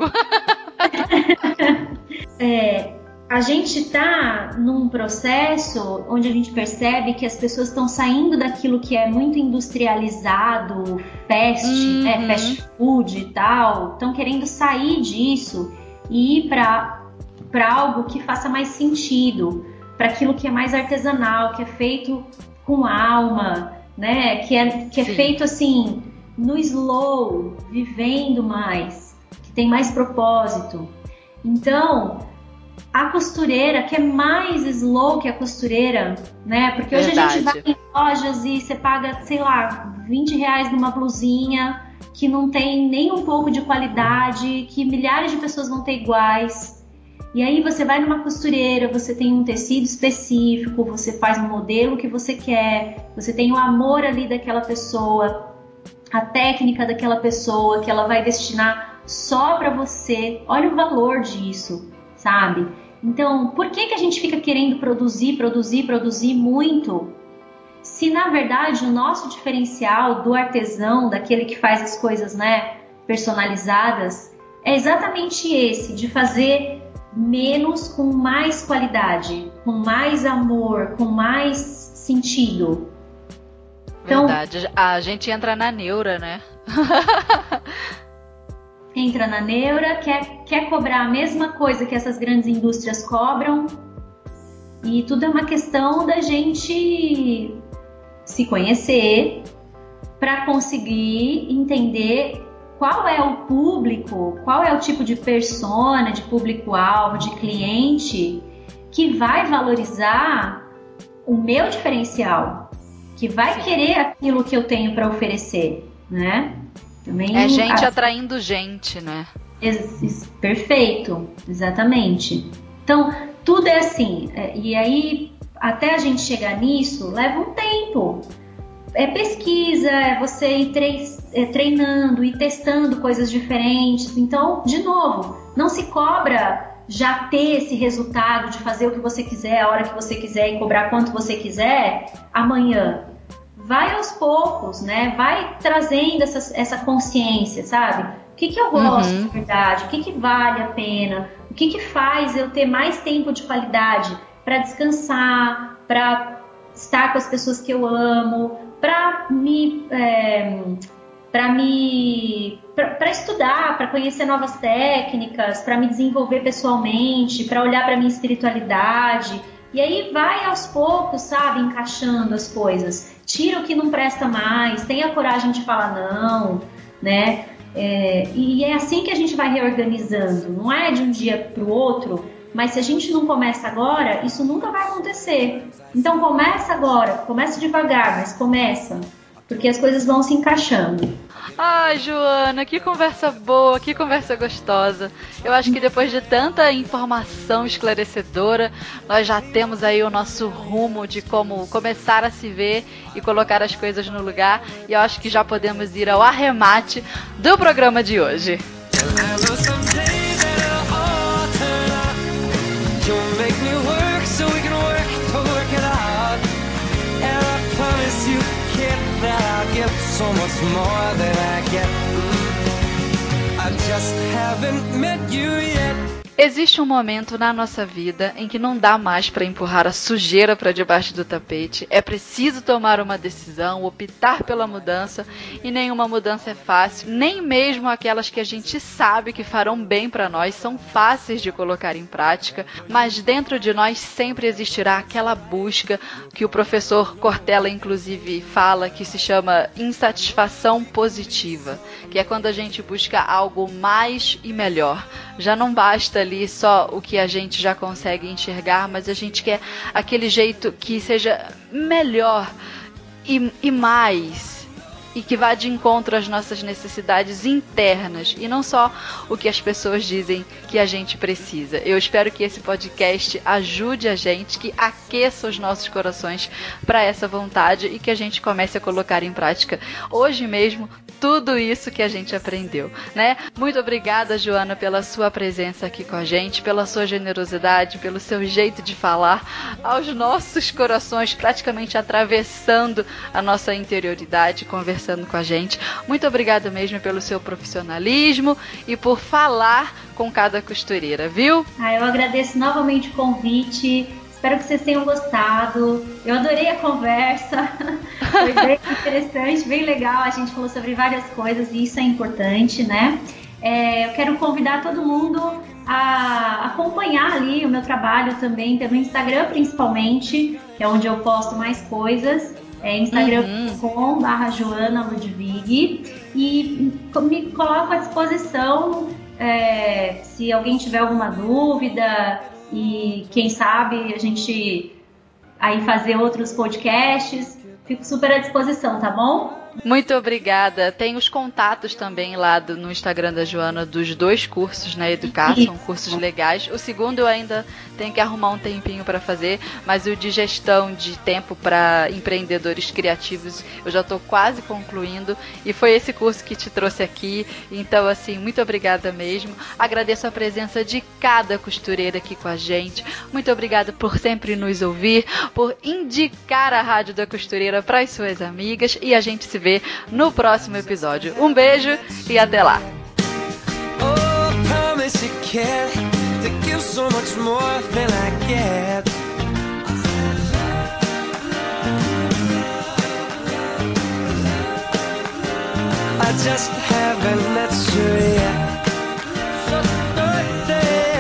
A gente tá num processo onde a gente percebe que as pessoas estão saindo daquilo que é muito industrializado, fast food e tal, estão querendo sair disso e ir para algo que faça mais sentido, para aquilo que é mais artesanal, que é feito com alma, né? Que é feito assim, no slow, vivendo mais, que tem mais propósito. Então, a costureira, que é mais slow que a costureira, né? Porque hoje a gente vai em lojas e você paga, sei lá, R$20 numa blusinha que não tem nem um pouco de qualidade, que milhares de pessoas vão ter iguais. E aí você vai numa costureira, você tem um tecido específico, você faz um modelo que você quer, você tem o amor ali daquela pessoa, a técnica daquela pessoa que ela vai destinar só para você. Olha o valor disso, sabe? Então, por que a gente fica querendo produzir muito? Se na verdade o nosso diferencial do artesão, daquele que faz as coisas, né, personalizadas, é exatamente esse, de fazer menos com mais qualidade, com mais amor, com mais sentido. Então, verdade, a gente entra na neura, né? Entra na neura, quer cobrar a mesma coisa que essas grandes indústrias cobram, e tudo é uma questão da gente se conhecer para conseguir entender qual é o público, qual é o tipo de persona, de público-alvo, de cliente que vai valorizar o meu diferencial, que vai querer aquilo que eu tenho para oferecer, né? Também é gente atraindo gente, né? Perfeito, exatamente. Então, tudo é assim, e aí até a gente chegar nisso leva um tempo. É pesquisa, é você ir treinando e testando coisas diferentes. Então, de novo, não se cobra já ter esse resultado de fazer o que você quiser, a hora que você quiser e cobrar quanto você quiser amanhã. Vai aos poucos, né? Vai trazendo essa consciência, sabe? O que eu gosto de verdade? O que vale a pena? O que faz eu ter mais tempo de qualidade para descansar, para estar com as pessoas que eu amo, para estudar, para conhecer novas técnicas, para me desenvolver pessoalmente, para olhar para minha espiritualidade. E aí vai aos poucos, sabe, encaixando as coisas. Tira o que não presta mais, tenha coragem de falar não, né? E é assim que a gente vai reorganizando. Não é de um dia para o outro, mas se a gente não começa agora, isso nunca vai acontecer. Então começa agora, começa devagar, mas começa, porque as coisas vão se encaixando. Ai, Joana, que conversa boa, que conversa gostosa. Eu acho que depois de tanta informação esclarecedora, nós já temos aí o nosso rumo de como começar a se ver e colocar as coisas no lugar. E eu acho que já podemos ir ao arremate do programa de hoje. That I'll give so much more than I get. I just haven't met you yet. Existe um momento na nossa vida em que não dá mais para empurrar a sujeira para debaixo do tapete. É preciso tomar uma decisão, optar pela mudança, e nenhuma mudança é fácil, nem mesmo aquelas que a gente sabe que farão bem para nós são fáceis de colocar em prática, mas dentro de nós sempre existirá aquela busca que o professor Cortella inclusive fala, que se chama insatisfação positiva, que é quando a gente busca algo mais e melhor. Já não basta ali só o que a gente já consegue enxergar, mas a gente quer aquele jeito que seja melhor e mais e que vá de encontro às nossas necessidades internas e não só o que as pessoas dizem que a gente precisa. Eu espero que esse podcast ajude a gente, que aqueça os nossos corações para essa vontade e que a gente comece a colocar em prática hoje mesmo tudo isso que a gente aprendeu, né? Muito obrigada, Joana, pela sua presença aqui com a gente, pela sua generosidade, pelo seu jeito de falar aos nossos corações, praticamente atravessando a nossa interioridade, conversando com a gente. Muito obrigada mesmo pelo seu profissionalismo e por falar com cada costureira, viu? Eu agradeço novamente o convite. Espero que vocês tenham gostado. Eu adorei a conversa. Foi bem interessante, bem legal. A gente falou sobre várias coisas e isso é importante, né? Eu quero convidar todo mundo a acompanhar ali o meu trabalho também pelo Instagram, principalmente, que é onde eu posto mais coisas. Instagram.com/Joana Ludwig. E me coloco à disposição se alguém tiver alguma dúvida. E quem sabe a gente aí fazer outros podcasts. Fico super à disposição, tá bom? Muito obrigada. Tem os contatos também lá no Instagram da Joana dos 2 cursos na Educar, são cursos legais. O segundo eu ainda tenho que arrumar um tempinho para fazer, mas o de gestão de tempo para empreendedores criativos eu já estou quase concluindo e foi esse curso que te trouxe aqui. Então, assim, muito obrigada mesmo. Agradeço a presença de cada costureira aqui com a gente. Muito obrigada por sempre nos ouvir, por indicar a Rádio da Costureira para as suas amigas e a gente se vê no próximo episódio. Um beijo e até lá.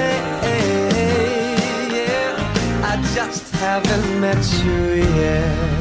Haven't met you yet.